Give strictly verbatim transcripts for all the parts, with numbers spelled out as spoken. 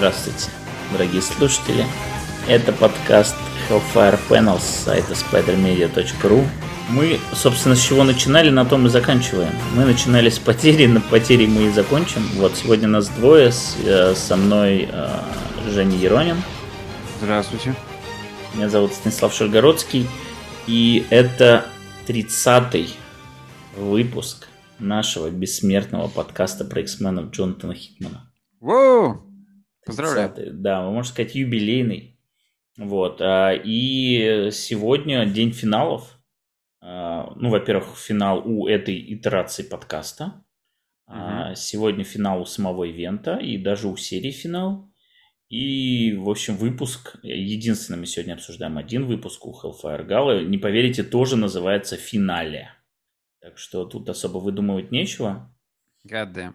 Здравствуйте, дорогие слушатели. Это подкаст Hellfire Panels с сайта spider media точка ru. Мы, собственно, с чего начинали, на том и заканчиваем. Мы начинали с потери, на потери мы и закончим. Вот сегодня нас двое, с, э, со мной э, Женя Еронин. Здравствуйте. Меня зовут Станислав Шаргородский. И это тридцатый выпуск нашего бессмертного подкаста про X-менов Джонатана Хикмана. Воу! Поздравляю. тридцатый, да, можно сказать, юбилейный. Вот. И сегодня день финалов. Ну, во-первых, финал у этой итерации подкаста. Угу. Сегодня финал у самого ивента и даже у серии финал. И, в общем, выпуск, единственный мы сегодня обсуждаем один выпуск у Hellfire Gala, не поверите, тоже называется «Финале». Так что тут особо выдумывать нечего. God damn.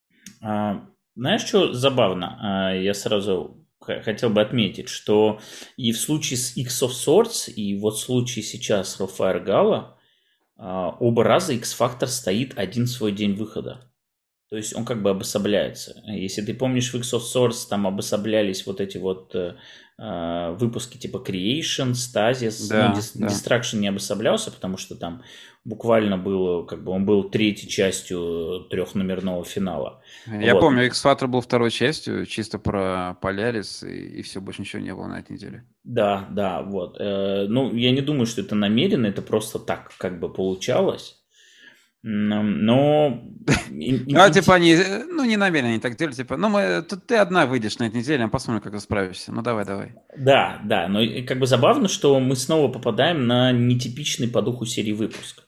А, знаешь, что забавно? А, я сразу х- хотел бы отметить, что и в случае с X of Swords, и вот в случае сейчас с Hellfire Gala, а, оба раза X-Factor стоит один свой день выхода. То есть он как бы обособляется. Если ты помнишь, в X of Swords там обособлялись вот эти вот э, выпуски типа Creation, Stasis. Да, ну, Dis- да. Distraction не обособлялся, потому что там буквально было, как бы он был третьей частью трехномерного финала. Я Вот. помню, X-Factor был второй частью, чисто про Polaris, и, и все, больше ничего не было на этой неделе. Да, да, вот. Э, ну, я не думаю, что это намеренно, это просто так как бы получалось. М, Но... Ну, а типа они, ну, не намеренно они так делали, типа, ну, мы, тут ты одна выйдешь на этой неделе, а посмотрим, как ты справишься. Ну, давай, давай. Да, да, но и как бы забавно, что мы снова попадаем на нетипичный по духу серии выпуск.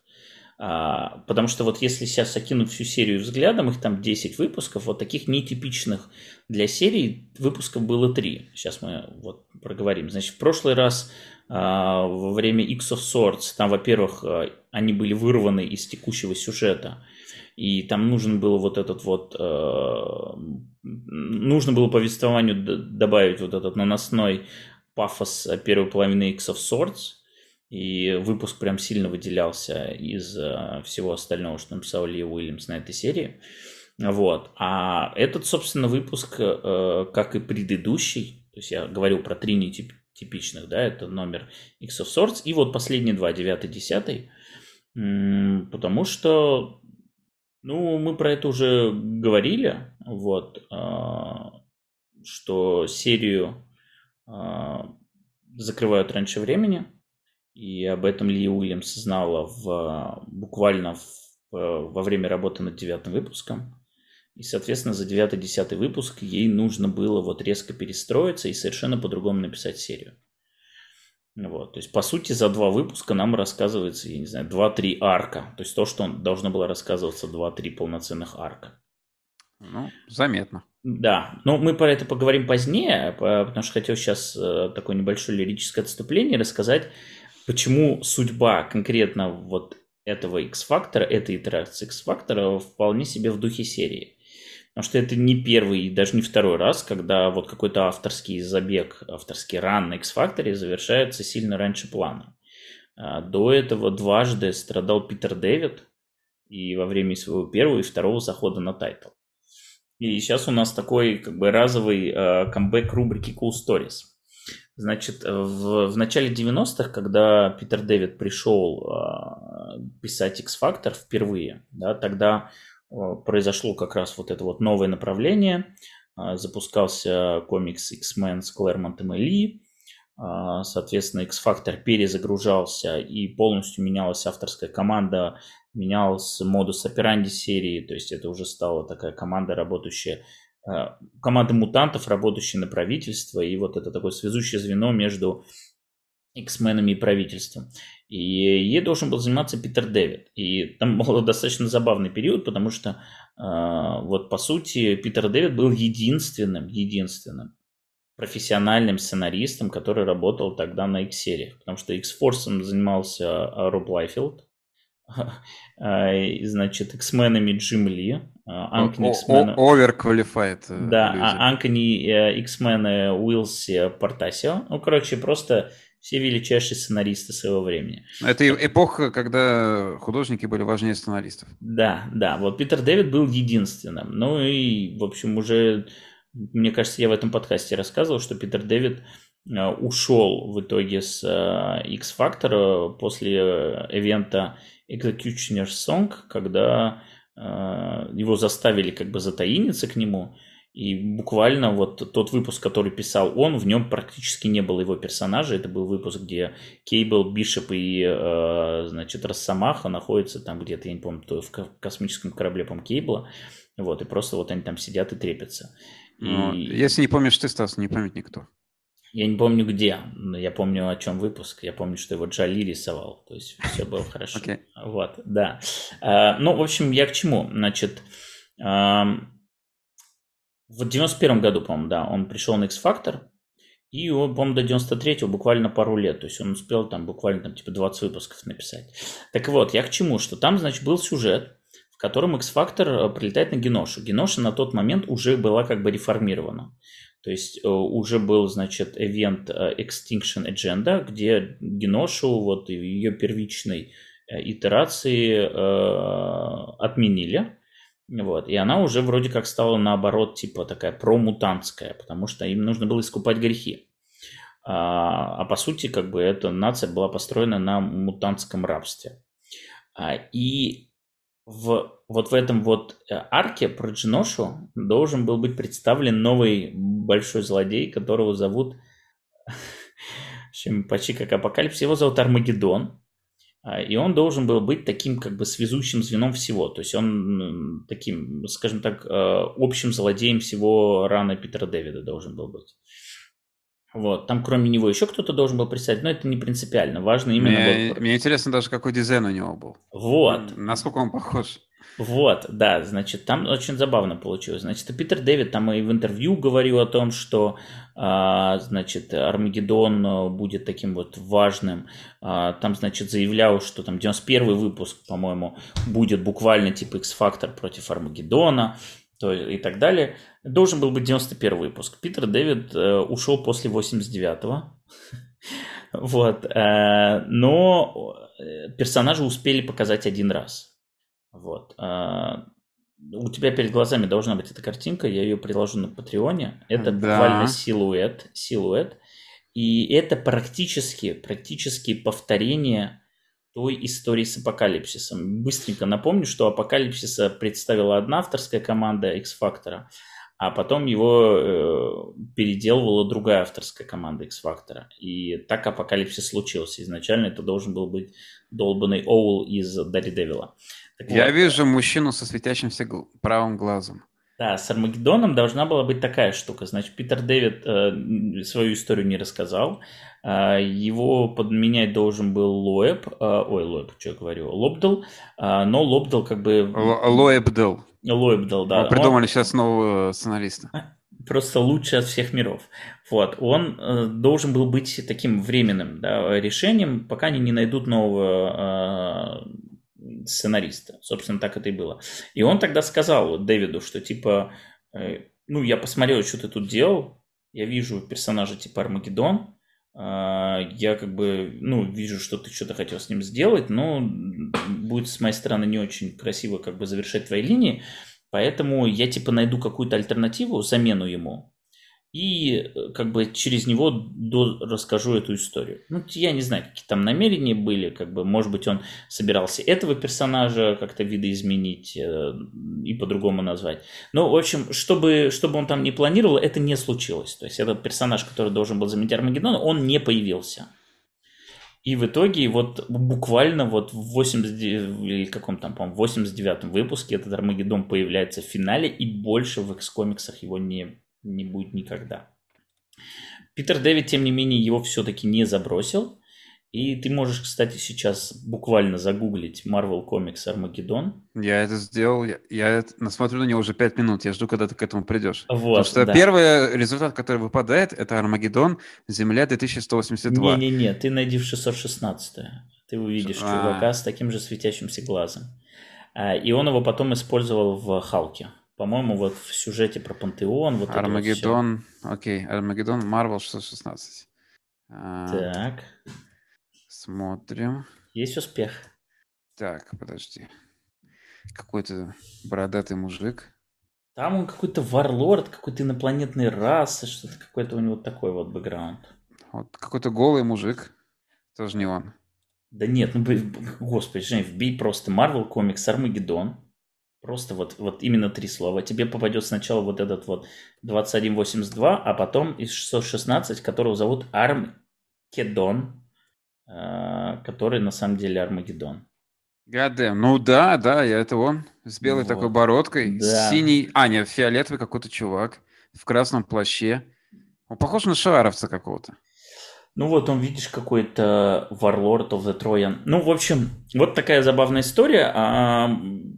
А, потому что вот если сейчас окинуть всю серию взглядом, их там десять выпусков, вот таких нетипичных для серии выпусков было три. Сейчас мы вот проговорим. Значит, в прошлый раз а, во время X of Swords, там, во-первых, они были вырваны из текущего сюжета, и там нужен был вот этот вот, э, нужно было повествованию д- добавить вот этот наносной пафос первой половины X of Swords, и выпуск прям сильно выделялся из э, всего остального, что написал Ли Уильямс на этой серии. Вот. А этот, собственно, выпуск, э, как и предыдущий, то есть я говорил про три нетипичных, да, это номер X of Swords, и вот последние два, девятый, десятый, м, потому что ну, мы про это уже говорили, вот, а, что серию а, закрывают раньше времени, и об этом Ли Уильямс знала в, буквально в, во время работы над девятым выпуском, и, соответственно, за девятый-десятый выпуск ей нужно было вот резко перестроиться и совершенно по-другому написать серию. Вот, то есть, по сути, за два выпуска нам рассказывается, я не знаю, два-три арка. То есть, то, что должно было рассказываться два-три полноценных арка. Ну, заметно. Да, но мы про это поговорим позднее, потому что хотел сейчас такое небольшое лирическое отступление рассказать, почему судьба конкретно вот этого X-фактора, этой итерации X-фактора вполне себе в духе серии. Потому что это не первый и даже не второй раз, когда вот какой-то авторский забег, авторский ран на X-Factor завершается сильно раньше плана. До этого дважды страдал Питер Дэвид и во время своего первого и второго захода на тайтл. И сейчас у нас такой как бы разовый э, камбэк рубрики Cool Stories. Значит, в, в начале девяностых, когда Питер Дэвид пришел э, писать X-Factor впервые, да, тогда произошло как раз вот это вот новое направление, запускался комикс X-Men с Клэрмонтом и Ли, соответственно, X-Factor перезагружался и полностью менялась авторская команда, менялся модус операнди серии, то есть это уже стала такая команда, работающая, команда мутантов, работающая на правительство, и вот это такое связующее звено между X-менами и правительством. И ей должен был заниматься Питер Дэвид. И там был достаточно забавный период, потому что э, вот по сути Питер Дэвид был единственным, единственным профессиональным сценаристом, который работал тогда на X-сериях. Потому что X-Force занимался Роб Лайфилд, значит, X-менами Джим Ли, Анкони X-мены... Overqualified. Да, Анкони X-мены Уилси Портасио. Ну, короче, просто... Все величайшие сценаристы своего времени. Это эпоха, когда художники были важнее сценаристов. Да, да. Вот Питер Дэвид был единственным. Ну и, в общем, уже Мне кажется, я в этом подкасте рассказывал, что Питер Дэвид ушел в итоге с X-Factor после ивента Executioner's Song, когда его заставили как бы затаиниться к нему. И буквально вот тот выпуск, который писал он, в нем практически не было его персонажа. Это был выпуск, где Кейбл, Бишоп и, значит, Росомаха находятся там где-то, я не помню, в космическом корабле, по-моему, Кейбла. Вот, и просто вот они там сидят и трепятся. Ну, и... Если не помнишь ты, Стас, не помнит никто. Я не помню где, но я помню, о чем выпуск. Я помню, что его Джоли рисовал. То есть все было хорошо. Okay. Вот, да. А, ну, в общем, я к чему? Значит, а, в девяносто первом году, по-моему, да, он пришел на X-Factor. И он, по-моему, до девяносто третьего буквально пару лет. То есть он успел там буквально там типа двадцать выпусков написать. Так вот, я к чему? Что там, значит, был сюжет, в котором X-Factor прилетает на Геношу. Геноша на тот момент уже была как бы реформирована. То есть уже был, значит, ивент Extinction Agenda, где Геношу вот в ее первичной итерации э, отменили. Вот. И она уже вроде как стала наоборот типа такая промутантская, потому что им нужно было искупать грехи. А, а по сути как бы эта нация была построена на мутантском рабстве. А, и в, вот в этом вот арке про Джиношу должен был быть представлен новый большой злодей, которого зовут, в общем, почти как Апокалипсис, его зовут Армагеддон. И он должен был быть таким как бы связующим звеном всего. То есть он таким, скажем так, общим злодеем всего рана Питера Дэвида должен был быть. Вот. Там кроме него еще кто-то должен был представить, но это не принципиально. Важно именно... Мне, вот... мне интересно даже, какой дизайн у него был. Вот. Насколько он похож. Вот, да, значит, там очень забавно получилось. Значит, Питер Дэвид там и в интервью говорил о том, что, а, значит, Армагеддон будет таким вот важным. А, там, значит, заявлял, что там девяносто первый выпуск, по-моему, будет буквально типа X-Factor против Армагеддона, то и так далее. Должен был быть девяносто первый выпуск. Питер Дэвид э, ушел после восемьдесят девятого. Вот, э, но персонажа успели показать один раз. Вот. А, у тебя перед глазами должна быть эта картинка, я ее приложу на Патреоне. Это Да. буквально силуэт, силуэт. И это практически, практически повторение той истории с Апокалипсисом. Быстренько напомню, что Апокалипсиса представила одна авторская команда X-Factor, а потом его э, переделывала другая авторская команда X-Factor. И так Апокалипсис случился. Изначально это должен был быть долбанный Оул из Daredevil. Так Я вот. вижу мужчину со светящимся гл- правым глазом. Да, с Армагеддоном должна была быть такая штука. Значит, Питер Дэвид э, свою историю не рассказал. Э, его подменять должен был Лоэб. Э, ой, Лоэб, что я говорю? Лобдал. Э, но Лобдал как бы... Л- Лоэбдал. Лоэбдал, да. Мы придумали Он... сейчас нового сценариста. Просто лучший от всех миров. Вот. Он э, должен был быть таким временным, да, решением, пока они не найдут нового... Э, сценариста. Собственно, так это и было. И он тогда сказал Дэвиду, что типа, э, ну, я посмотрел, что ты тут делал, я вижу персонажа типа Армагеддон, э, я как бы, ну, вижу, что ты что-то хотел с ним сделать, но будет с моей стороны не очень красиво как бы завершать твои линии, поэтому я типа найду какую-то альтернативу, замену ему, и как бы через него до, расскажу эту историю. Ну, я не знаю, какие там намерения были, как бы, может быть, он собирался этого персонажа как-то видоизменить э, и по-другому назвать. Но, в общем, чтобы, чтобы он там не планировал, это не случилось. То есть этот персонаж, который должен был заменить Армагеддона, он не появился. И в итоге вот буквально вот в восемьдесят или каком там, по-моему, восемьдесят девятом выпуске этот Армагеддон появляется в финале, и больше в X-комиксах его не не будет никогда. Питер Дэвид, тем не менее, его все-таки не забросил. И ты можешь, кстати, сейчас буквально загуглить Marvel Comics Armageddon. Я это сделал. Я, я насмотрю на него уже пять минут. Я жду, когда ты к этому придешь. Вот, Потому что да. первый результат, который выпадает, это Армагеддон, Земля две тысячи сто восемьдесят два. Не-не-не, ты найди в шестьсот шестнадцать. Ты увидишь А-а-а. чувака с таким же светящимся глазом. И он его потом использовал в Халке. По-моему, вот в сюжете про Пантеон. Вот Армагеддон, вот окей, Армагеддон, Марвел шестьсот шестнадцать. А, так. Смотрим. Есть успех. Так, подожди. Какой-то бородатый мужик. Там он какой-то варлорд, какой-то инопланетной расы, что-то какой-то у него такой вот бэкграунд. Вот какой-то голый мужик. Тоже не он. Да нет, ну, б- господи, Жень, вбей просто Marvel Comics Армагеддон. Просто вот, вот именно три слова. Тебе попадет сначала вот этот вот двадцать один восемьдесят два, а потом из шестьсот шестнадцать, которого зовут Армагеддон, э, который на самом деле Армагеддон. Гадэм. Ну да, да, я это он. С белой такой Вот. бородкой. С Да. синий... А, нет, фиолетовый какой-то чувак. В красном плаще. Он похож на шаровца какого-то. Ну вот он, видишь, какой-то Warlord of the Trojan. Ну, в общем, вот такая забавная история. А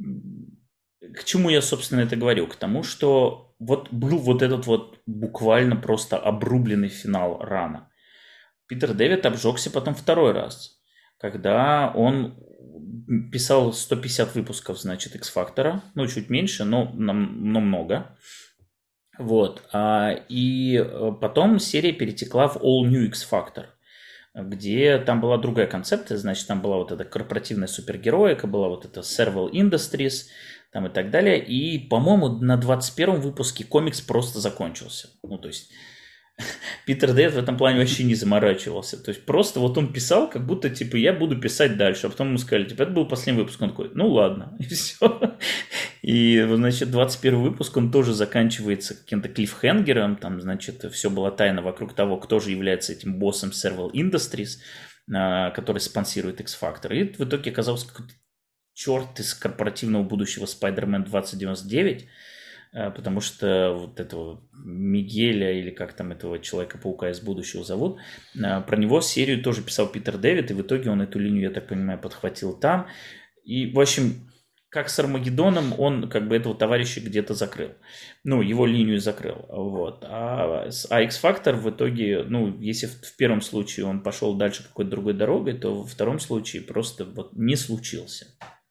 к чему я, собственно, это говорю? К тому, что вот был вот этот вот буквально просто обрубленный финал рана. Питер Дэвид обжегся потом второй раз, когда он писал сто пятьдесят выпусков, значит, X-Factor, ну, чуть меньше, но, но много. Вот. И потом серия перетекла в All New X-Factor, где там была другая концепция, значит, там была вот эта корпоративная супергероика, была вот эта Serval Industries, там и так далее. И, по-моему, на двадцать первом выпуске комикс просто закончился. Ну, то есть Питер Дэвид в этом плане вообще не заморачивался. То есть просто вот он писал, как будто, типа, я буду писать дальше. А потом ему сказали, типа, это был последний выпуск. Он такой, ну ладно, и все. И, значит, двадцать первый выпуск, он тоже заканчивается каким-то клиффхенгером. Там, значит, все было тайно вокруг того, кто же является этим боссом Serval Industries, который спонсирует X-Factor. И в итоге оказался какой-то черт из корпоративного будущего Spider-Man двадцать девяносто девять, потому что вот этого Мигеля, или как там этого Человека-паука из будущего зовут, про него серию тоже писал Питер Дэвид, и в итоге он эту линию, я так понимаю, подхватил там. И, в общем, как с Армагеддоном, он как бы этого товарища где-то закрыл. Ну, его линию закрыл. Вот. А, а X-Factor в итоге, ну, если в, в первом случае он пошел дальше какой-то другой дорогой, то во втором случае просто вот не случился.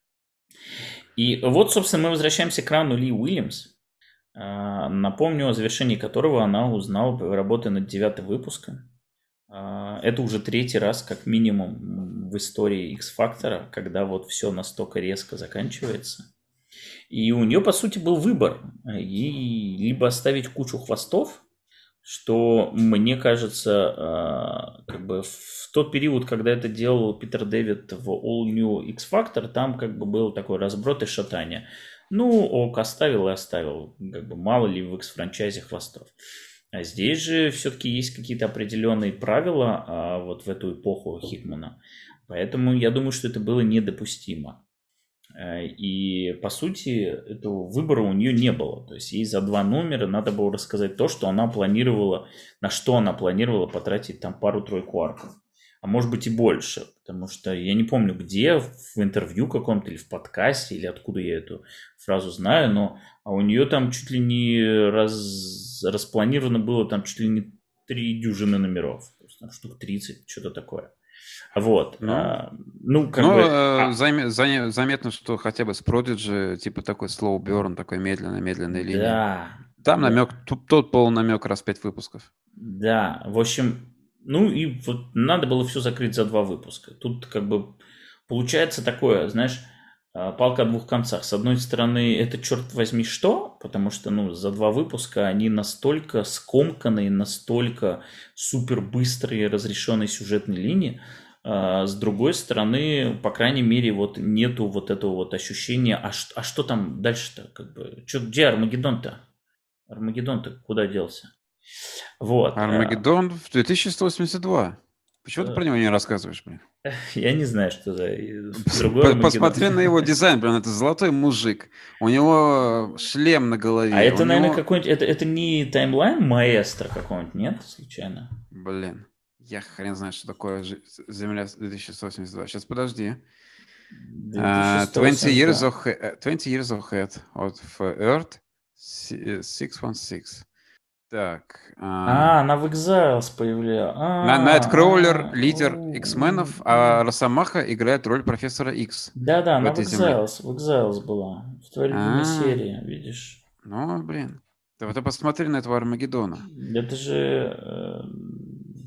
И вот, собственно, мы возвращаемся к рану Ли Уильямс. Напомню, о завершении которого она узнала, работая над девятым выпуском. Это уже третий раз, как минимум, в истории X-Factor, когда вот все настолько резко заканчивается. И у нее, по сути, был выбор. Ей либо оставить кучу хвостов, что, мне кажется, как бы в тот период, когда это делал Питер Дэвид в All New X-Factor, там как бы был такой разброд и шатание. Ну, ок, оставил и оставил. Как бы мало ли в X-франчайзе хвостов. А здесь же все-таки есть какие-то определенные правила а, вот в эту эпоху Хикмана. Поэтому я думаю, что это было недопустимо. И, по сути, этого выбора у нее не было. То есть ей за два номера надо было рассказать то, что она планировала, на что она планировала потратить там пару-тройку арков. А может быть и больше. Потому что я не помню, где, в интервью каком-то или в подкасте, или откуда я эту фразу знаю, но а у нее там чуть ли не раз, распланировано было там чуть ли не три дюжины номеров. То есть там штук тридцать, что-то такое. Вот. Ну, а, ну как ну бы... а... зам, зам, заметно, что хотя бы с Prodigy, типа такой slow burn, такой медленно-медленной линии. Да. Там да. намек, тут, тут полный намек раз пять выпусков. Да, в общем, ну и вот надо было все закрыть за два выпуска. Тут как бы получается такое, знаешь, палка о двух концах. С одной стороны, это черт возьми что, потому что, ну, за два выпуска они настолько скомканные, настолько супер быстрые разрешенные сюжетные линии. С другой стороны, по крайней мере, вот нету вот этого вот ощущения, а, ш- а что там дальше-то? Как бы, чё, где Армагеддон-то? Армагеддон-то куда делся? Вот. Армагеддон в две тысячи сто восемьдесят два. Почему ты про него не рассказываешь, блин? Я не знаю, что за другой Армагеддон. Посмотри на его дизайн, блин, это золотой мужик. У него шлем на голове. А это, у наверное, него... какой-нибудь... Это, это не таймлайн Маэстро какого-нибудь, нет, случайно? Блин. Я хрен знает, что такое Земля две тысячи сто восемьдесят два. Сейчас, подожди. Uh, twenty years ahead, twenty years ahead of Earth six one six. Так. А, а она в Exiles появлялась. Найткроулер, лидер X-менов, а Росомаха играет роль профессора X. Да-да, она в Exiles, в Exiles была. В твоей любимой серии, видишь. Ну, блин. Ты вот посмотри на этого Армагеддона. Это же...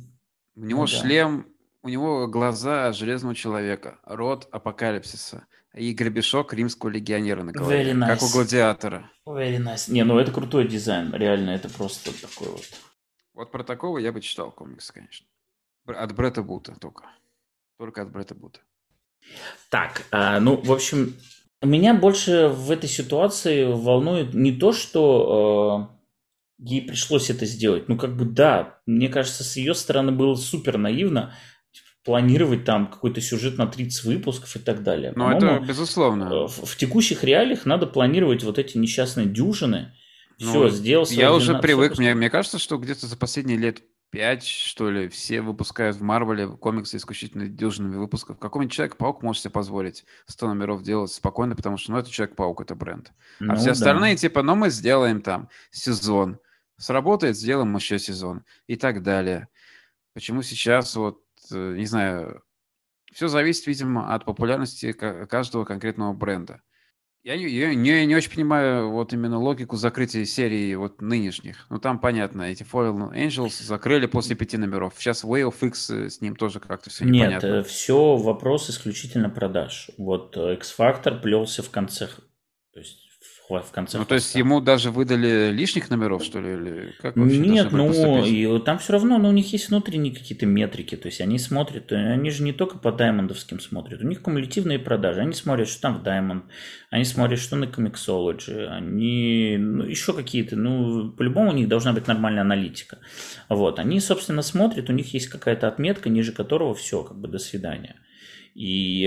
У него шлем, у него глаза Железного Человека, рот Апокалипсиса, и гребешок римского легионера на голове, Very nice. как у гладиатора. Very nice. Не, ну это крутой дизайн, реально, это просто такой вот. Вот про такого я бы читал комиксы, конечно. От Бретта Бута только. Только от Бретта Бута. Так, а, ну, в общем, меня больше в этой ситуации волнует не то, что э, ей пришлось это сделать. Ну, как бы да, мне кажется, с ее стороны было супер наивно планировать там какой-то сюжет на тридцать выпусков и так далее. Ну, это безусловно. В, в текущих реалиях надо планировать вот эти несчастные дюжины. Все, ну, сделал свои Я уже привык. выпусков. Мне, мне кажется, что где-то за последние лет пять, что ли, все выпускают в Марвеле комиксы исключительно дюжинами выпусков. Какой-нибудь Человек-паук может себе позволить сто номеров делать спокойно, потому что, ну, это Человек-паук, это бренд. Ну, а все да. остальные, типа, ну, мы сделаем там сезон. Сработает, сделаем еще сезон. И так далее. Почему сейчас, вот, не знаю, все зависит, видимо, от популярности каждого конкретного бренда. Я не, я, не, я не очень понимаю вот именно логику закрытия серии вот нынешних. Ну, там понятно, эти Fallen Angels закрыли после пяти номеров. Сейчас Way of X с ним тоже как-то все непонятно. Нет, все вопрос исключительно продаж. Вот X-Factor плелся в конце, то есть в конце. Ну, то есть ему даже выдали лишних номеров, что ли? Или как вообще Нет, должны были ну, поступить? и там все равно, ну, у них есть внутренние какие-то метрики, то есть они смотрят, они же не только по даймондовским смотрят, у них кумулятивные продажи, они смотрят, что там в Diamond, они смотрят, что на Comixology, они, ну, еще какие-то, ну, по-любому у них должна быть нормальная аналитика. Вот, они, собственно, смотрят, у них есть какая-то отметка, ниже которого все, как бы, до свидания. И,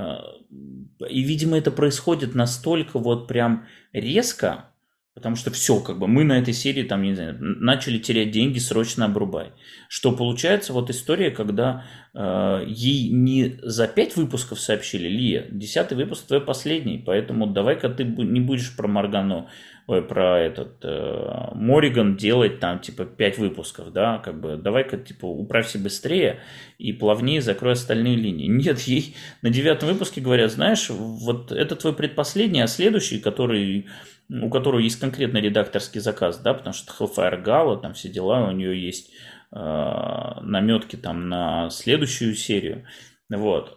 и, видимо, это происходит настолько вот прям резко, потому что все, как бы мы на этой серии там, не знаю, начали терять деньги, срочно обрубай. Что получается вот история, когда э, ей не за пять выпусков сообщили: Лия, десятый выпуск твой последний, поэтому давай-ка ты не будешь про Моргану, ой, про этот э, Мориган делать там типа пять выпусков, да, как бы давай-ка типа управься быстрее и плавнее закрой остальные линии. Нет, ей на девятом выпуске говорят: знаешь, вот это твой предпоследний, а следующий, который... у которого есть конкретный редакторский заказ, да, потому что Hellfire Gala, там все дела, у нее есть э, наметки там на следующую серию, вот.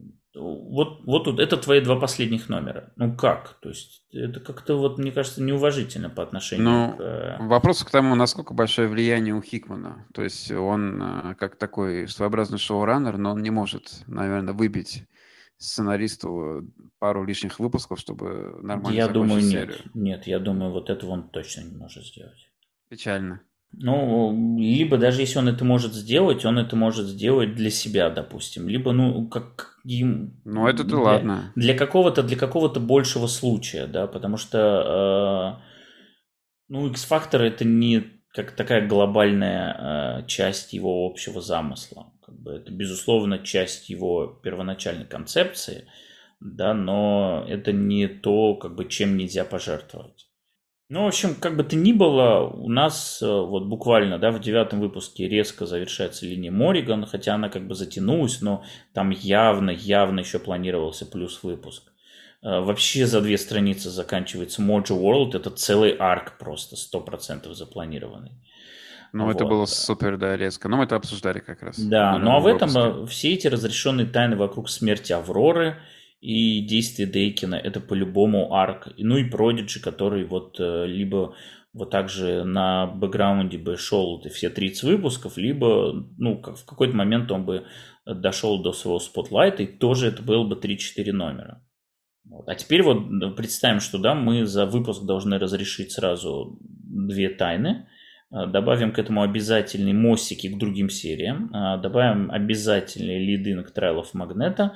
Вот, вот тут это твои два последних номера. Ну как? То есть это как-то вот, мне кажется, неуважительно по отношению ну, к... Вопрос к тому, насколько большое влияние у Хикмана. То есть он как такой своеобразный шоураннер, но он не может, наверное, выбить сценаристу пару лишних выпусков, чтобы нормально я закончить думаю, серию. нет. Нет, я думаю, вот этого он точно не может сделать. Печально. Ну, либо даже если он это может сделать, он это может сделать для себя, допустим. Либо, ну, как им... Ну, это-то для, ладно. Для какого-то, для какого-то большего случая, да, потому что, э, ну, X-Factor это не как такая глобальная э, часть его общего замысла. Как бы это, безусловно, часть его первоначальной концепции, да, но это не то, как бы, чем нельзя пожертвовать. Ну, в общем, как бы то ни было, у нас вот буквально, да, в девятом выпуске резко завершается линия Мориган, хотя она как бы затянулась, но там явно, явно еще планировался плюс выпуск. Вообще за две страницы заканчивается Mojo World, это целый арк просто, сто процентов запланированный. Ну, вот. Это было супер, да, резко. Но мы это обсуждали как раз. Да, ну а в этом выпуске. Все эти разрешенные тайны вокруг смерти Авроры и действия Дейкина, это по-любому арк. Ну и Продиджи, который вот либо вот так же на бэкграунде бы шел все тридцать выпусков, либо, ну, в какой-то момент он бы дошел до своего спотлайта, и тоже это было бы три-четыре номера. Вот. А теперь вот представим, что, да, мы за выпуск должны разрешить сразу две тайны, добавим к этому обязательные мостики к другим сериям, добавим обязательный лид-ин к Trial of Magneto,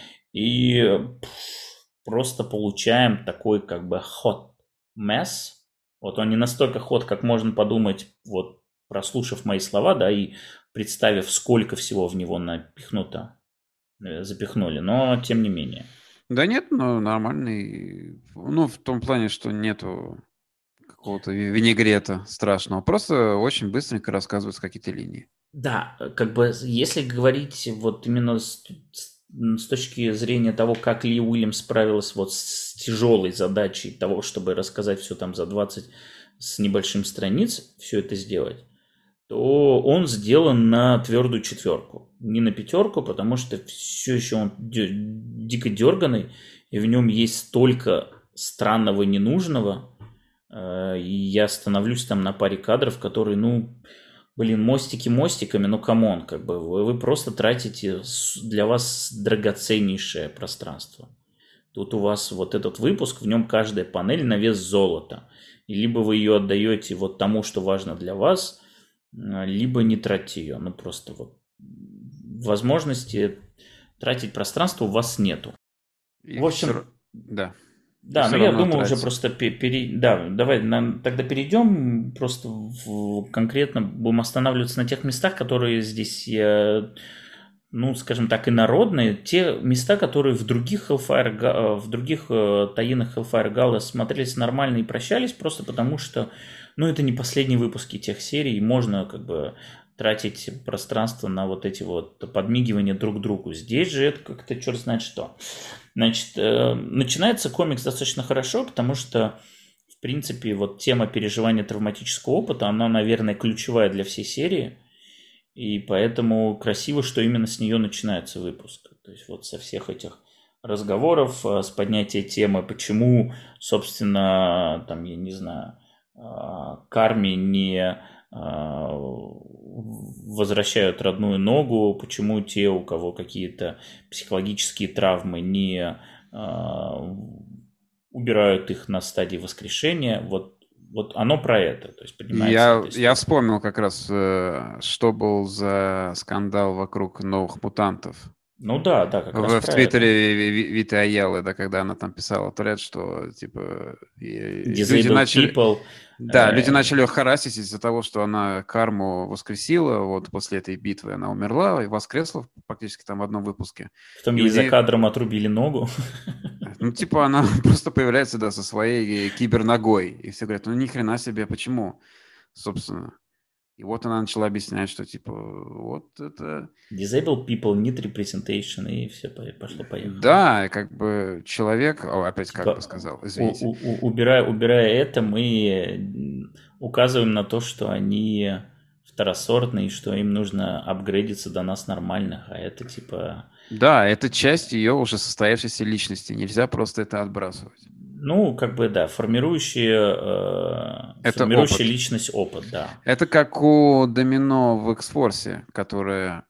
и просто получаем такой как бы hot mess. Вот он не настолько hot, как можно подумать, вот прослушав мои слова, да, и представив, сколько всего в него напихнуто, запихнули, но тем не менее. Да нет, ну нормальный, ну в том плане, что нету какого-то винегрета страшного, просто очень быстренько рассказываются какие-то линии. Да, как бы если говорить вот именно с, с точки зрения того, как Ли Уильямс справилась вот с тяжелой задачей того, чтобы рассказать все там за двадцать с небольшим страниц, все это сделать, то он сделан на твердую четверку. Не на пятерку, потому что все еще он дико дерганый, и в нем есть столько странного ненужного, э, и я становлюсь там на паре кадров, которые, ну, блин, мостики мостиками, ну, камон, как бы, вы, вы просто тратите для вас драгоценнейшее пространство. Тут у вас вот этот выпуск, в нем каждая панель на вес золота. И либо вы ее отдаете вот тому, что важно для вас, либо не тратьте ее. Ну, просто вот возможности тратить пространство у вас нету. И В общем, все... да. да, ну я думаю, тратить. Уже просто пере... да, давай нам тогда перейдем, просто в... конкретно будем останавливаться на тех местах, которые здесь, я... ну, скажем так, инородные, те места, которые в других Hellfire, в других таинах Hellfire Gala смотрелись нормально и прощались, просто потому что, ну, это не последние выпуски тех серий, можно как бы тратить пространство на вот эти вот подмигивания друг другу. Здесь же это как-то черт знает что. Значит, э, начинается комикс достаточно хорошо, потому что, в принципе, вот тема переживания травматического опыта, она, наверное, ключевая для всей серии. И поэтому красиво, что именно с нее начинается выпуск. То есть вот со всех этих разговоров, с поднятия темы, почему, собственно, там, я не знаю, Карми не возвращают родную ногу, почему те, у кого какие-то психологические травмы, не убирают их на стадии воскрешения. Вот Вот оно про это, то есть я, я вспомнил как раз, что был за скандал вокруг новых мутантов. Ну да, да, как в, раз в Твиттере Виты Аялы, да, когда она там писала тред, что типа люди начали, people, да, э... люди начали ее харасить из-за того, что она карму воскресила, вот после этой битвы она умерла и воскресла практически там в одном выпуске. Потом ей за кадром отрубили ногу. Ну, типа, она просто появляется, да, со своей киберногой. И все говорят, ну, ни хрена себе, почему, собственно. И вот она начала объяснять, что, типа, вот это... Disabled people need representation, и все пошло-поехало. Да, как бы человек... О, опять типа, как бы сказал, извините. У, у, убирая, убирая это, мы указываем на то, что они второсортные, что им нужно апгрейдиться до нас нормальных, а это, типа... Да, это часть ее уже состоявшейся личности. Нельзя просто это отбрасывать. Ну, как бы, да, формирующая, э, формирующая личность опыт, да. Это как у Домино в X-Force, которая...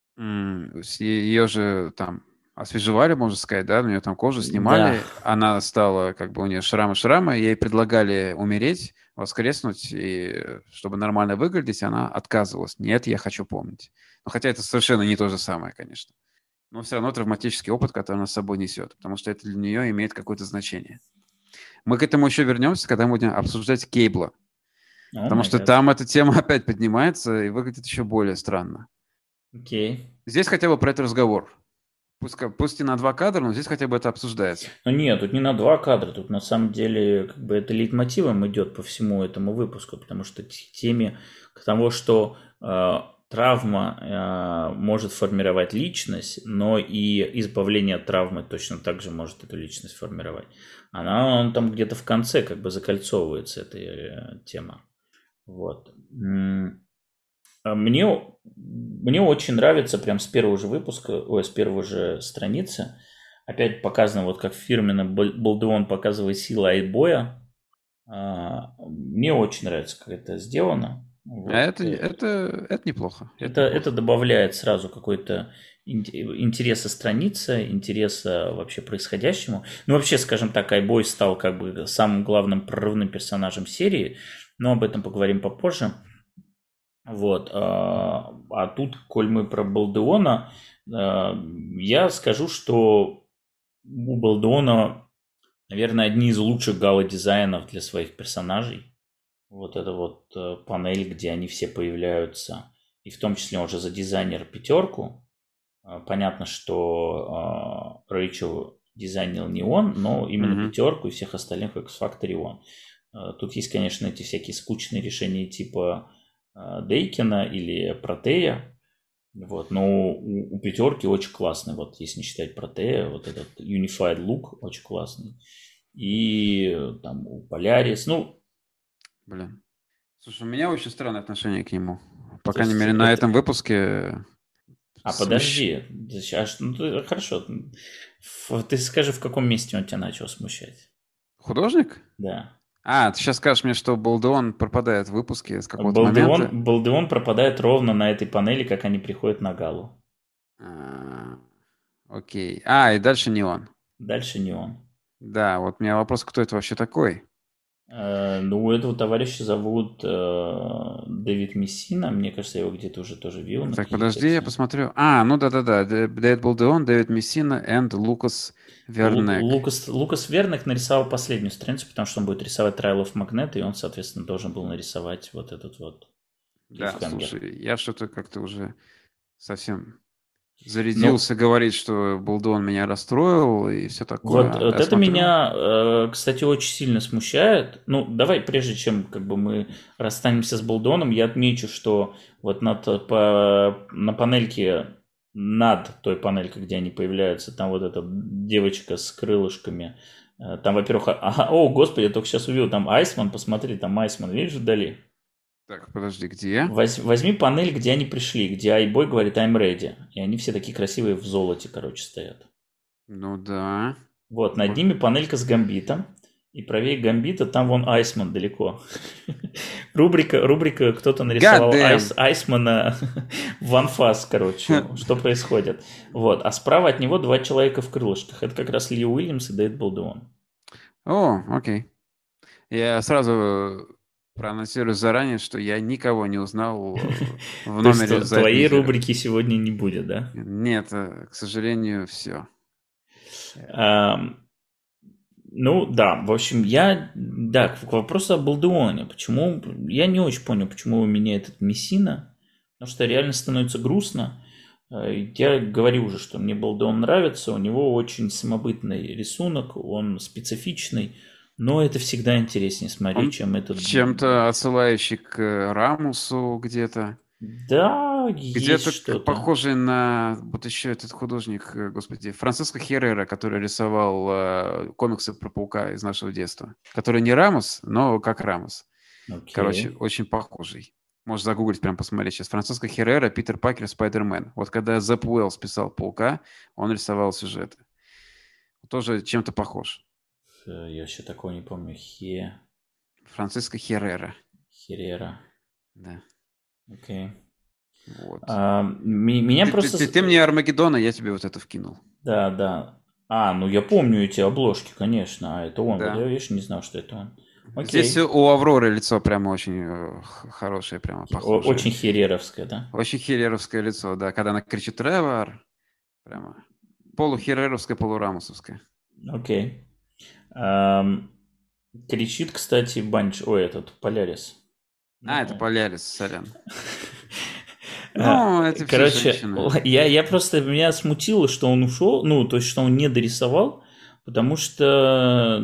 М- ее же там освежевали, можно сказать, да, у нее там кожу снимали, да. Она стала, как бы, у нее шрамы-шрамы, ей предлагали умереть, воскреснуть, и чтобы нормально выглядеть, она отказывалась. Нет, я хочу помнить. Но хотя это совершенно не то же самое, конечно. Но все равно травматический опыт, который она с собой несет, потому что это для нее имеет какое-то значение. Мы к этому еще вернемся, когда мы будем обсуждать Кейбла. Oh потому что God. Там эта тема опять поднимается и выглядит еще более странно. Окей. Okay. Здесь хотя бы про это разговор. Пусть, пусть и на два кадра, но здесь хотя бы это обсуждается. Ну нет, тут не на два кадра, тут на самом деле как бы это лейтмотивом идет по всему этому выпуску, потому что теме к тому, что э, травма э, может формировать личность, но и избавление от травмы точно так же может эту личность формировать. Она он там где-то в конце как бы закольцовывается, эта э, тема. Вот. Мне, мне очень нравится прям с первого же выпуска, ой, с первой же страницы. Опять показано, вот как фирменно Болдеон показывает силу Айтбоя. Мне очень нравится, как это сделано. Вот. А это, это, это неплохо. Это, это, это добавляет сразу какой-то интереса страницы, интереса вообще происходящему. Ну, вообще, скажем так, Айтбой стал как бы самым главным прорывным персонажем серии, но об этом поговорим попозже. Вот. А, а тут, коль мы про Болдеона, я скажу, что у Болдеона, наверное, одни из лучших гало-дизайнов для своих персонажей. Вот это вот панель, где они все появляются. И в том числе он же задизайнер пятерку. Понятно, что Рэйчел дизайнил не он, но именно mm-hmm. пятерку и всех остальных X-Factor он. Тут есть, конечно, эти всякие скучные решения типа Дейкина или Протея. Вот. Но у, у пятерки очень классный. Вот если не считать Протея, вот этот Unified Look очень классный. И там у Полярис, ну... Блин. Слушай, у меня очень странное отношение к нему. По крайней мере, на это... этом выпуске А подожди, а что, ну, хорошо, ты скажи, в каком месте он тебя начал смущать? Художник? Да. А, ты сейчас скажешь мне, что Балдеон пропадает в выпуске с какого-то Балдеон, момента? Балдеон пропадает ровно на этой панели, как они приходят на галу. А, окей. А, и дальше не он. Дальше не он. Да, вот у меня вопрос, кто это вообще такой? Э, ну, этого товарища зовут э, Дэвид Мессина. Мне кажется, я его где-то уже тоже видел. Так, подожди, я посмотрю. А, ну да-да-да. Дэвид Балдеон, Дэвид Мессина и Лукас Вернек. Лукас, Лукас Вернек нарисовал последнюю страницу, потому что он будет рисовать Trial of Magnet, и он, соответственно, должен был нарисовать вот этот вот Да, клиффхенгер. слушай, я что-то как-то уже совсем зарядился, ну, говорить, что Балдеон меня расстроил и все такое. Вот, вот это смотрю... меня, кстати, очень сильно смущает. Ну, давай, прежде чем как бы мы расстанемся с Балдеоном, я отмечу, что вот над, по, на панельке, над той панелькой, где они появляются, там вот эта девочка с крылышками. Там, во-первых, а, о, господи, я только сейчас увидел, там Айсман, посмотри, там Айсман, видишь, вдали? Так, подожди, где? Возьми панель, где они пришли, где Айбой говорит I'm ready. И они все такие красивые в золоте, короче, стоят. Ну да. Вот, над вот. ними панелька с Гамбитом. И правее Гамбита там вон Айсман далеко. рубрика, рубрика кто-то нарисовал Айс, Айсмана в анфас, короче. Что происходит. Вот. А справа от него два человека в крылышках. Это как раз Ли Уильямс и Дэвид Балдеон. О, окей. Я сразу проанонсирую заранее, что я никого не узнал в номере. То твоей рубрики сегодня не будет, да? Нет, к сожалению, все. Ну, да, в общем, я, да, к вопросу о Балдеоне. Почему, я не очень понял, почему у меня этот Мессина, потому что реально становится грустно. Я говорю уже, что мне Балдеон нравится, у него очень самобытный рисунок, он специфичный, но это всегда интереснее смотреть, он чем этот... Чем-то отсылающий к Рамусу где-то. Да, есть что-то. Где-то похожий на вот еще этот художник, господи, Франциско Херрера, который рисовал э, комиксы про паука из нашего детства. Который не Рамус, но как Рамус. Okay. Короче, очень похожий. Можешь загуглить, прям посмотреть сейчас. Франциско Херрера, Питер Паркер, Спайдермен. Вот когда Зэп Уэллс писал паука, он рисовал сюжеты. Тоже чем-то похож. Я еще такого не помню. Хе... Франциско Херрера. Херрера. Да. Окей. Okay. Вот. А, меня ты, просто... Ты, ты, ты мне Армагеддона, я тебе вот это вкинул. Да, да. А, ну я помню эти обложки, конечно. А это он. Да. Я еще не знал, что это он. Окей. Здесь у Авроры лицо прямо очень хорошее, прямо похожее. Очень херреровское, да? Очень херреровское лицо, да. Когда она кричит «Тревор», прямо полухерреровское, полурамусовское. Окей. Um, кричит, кстати, Банч... Ой, этот, Полярис. А, это Полярис, сорян. Ну, это Короче, я, я просто... Меня смутило, что он ушел, ну, то есть, что он не дорисовал, потому что...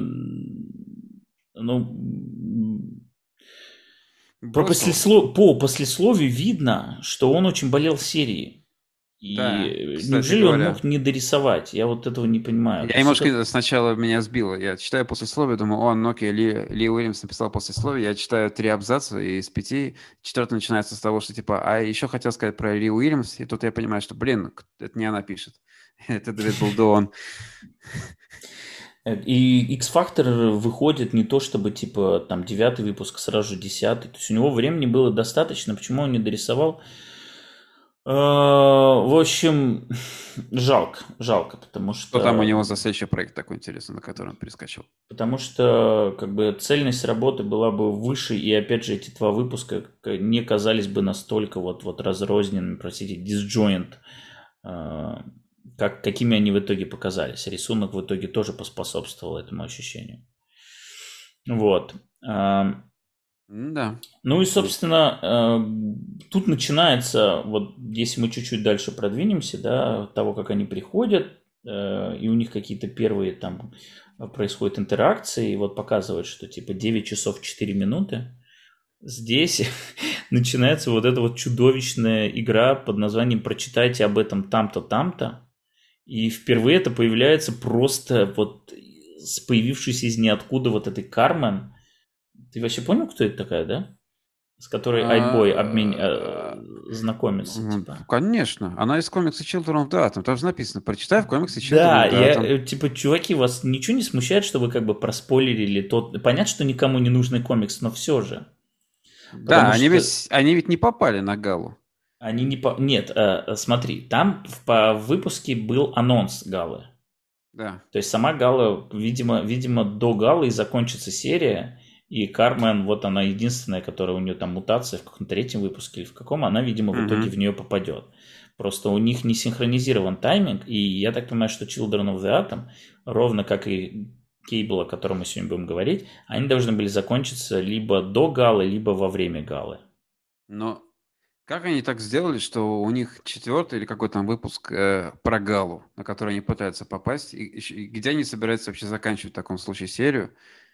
Ну... По, послеслов... по послесловию видно, что он очень болел серией. И да, неужели говоря, он мог не дорисовать? Я вот этого не понимаю. Я немножко это... сначала меня сбило. Я читаю послесловие, думаю, о, ну окей, Ли, Ли Уильямс написал послесловие. Я читаю три абзаца из пяти. Четвертый начинается с того, что типа, а еще хотел сказать про Ли Уильямс. И тут я понимаю, что, блин, это не она пишет. Это Дэвид Балдеон. И X-Factor выходит не то, чтобы, типа, там, девятый выпуск, сразу же десятый. То есть у него времени было достаточно. Почему он не дорисовал? В общем, жалко, жалко, потому что... Что там у него за следующий проект такой интересный, на который он перескочил? Потому что, как бы, цельность работы была бы выше, и, опять же, эти два выпуска не казались бы настолько вот, вот разрозненными, простите, disjoint, как, какими они в итоге показались. Рисунок в итоге тоже поспособствовал этому ощущению. Вот. Да. Ну и, собственно, тут начинается, вот если мы чуть-чуть дальше продвинемся, да, того, как они приходят, и у них какие-то первые там происходят интеракции, и вот показывают, что типа девять часов четыре минуты. Здесь начинается вот эта вот чудовищная игра под названием «Прочитайте об этом там-то, там-то». И впервые это появляется просто вот появившись из ниоткуда вот этой Кармен. Ты вообще понял, кто это такая, да? с которой Айбой обмен... э, знакомится. Типа. Конечно. Она из комикса Children of the Atom. Там же написано, прочитай в комиксе Children Да, of the я, Atom. типа, чуваки, вас ничего не смущает, что вы как бы проспойлерили тот... Понятно, что никому не нужный комикс, но все же. Да, Потому они, что ведь, они ведь не попали на Галу. они не... По... Нет, э, смотри, там в, по выпуске был анонс Галы. Да. То есть сама Гала, видимо, видимо, до Галы и закончится серия, и Кармен, вот она единственная, которая у нее там мутация в каком-то третьем выпуске или в каком, она, видимо, в Мгм. итоге в нее попадет. Просто у них не синхронизирован тайминг, и я так понимаю, что Children of the Atom, ровно как и Кейбл, о котором мы сегодня будем говорить, они должны были закончиться либо до Галы, либо во время Галы. Но как они так сделали, что у них четвертый или какой там выпуск э, про Галу, на который они пытаются попасть, и, и где они собираются вообще заканчивать в таком случае серию,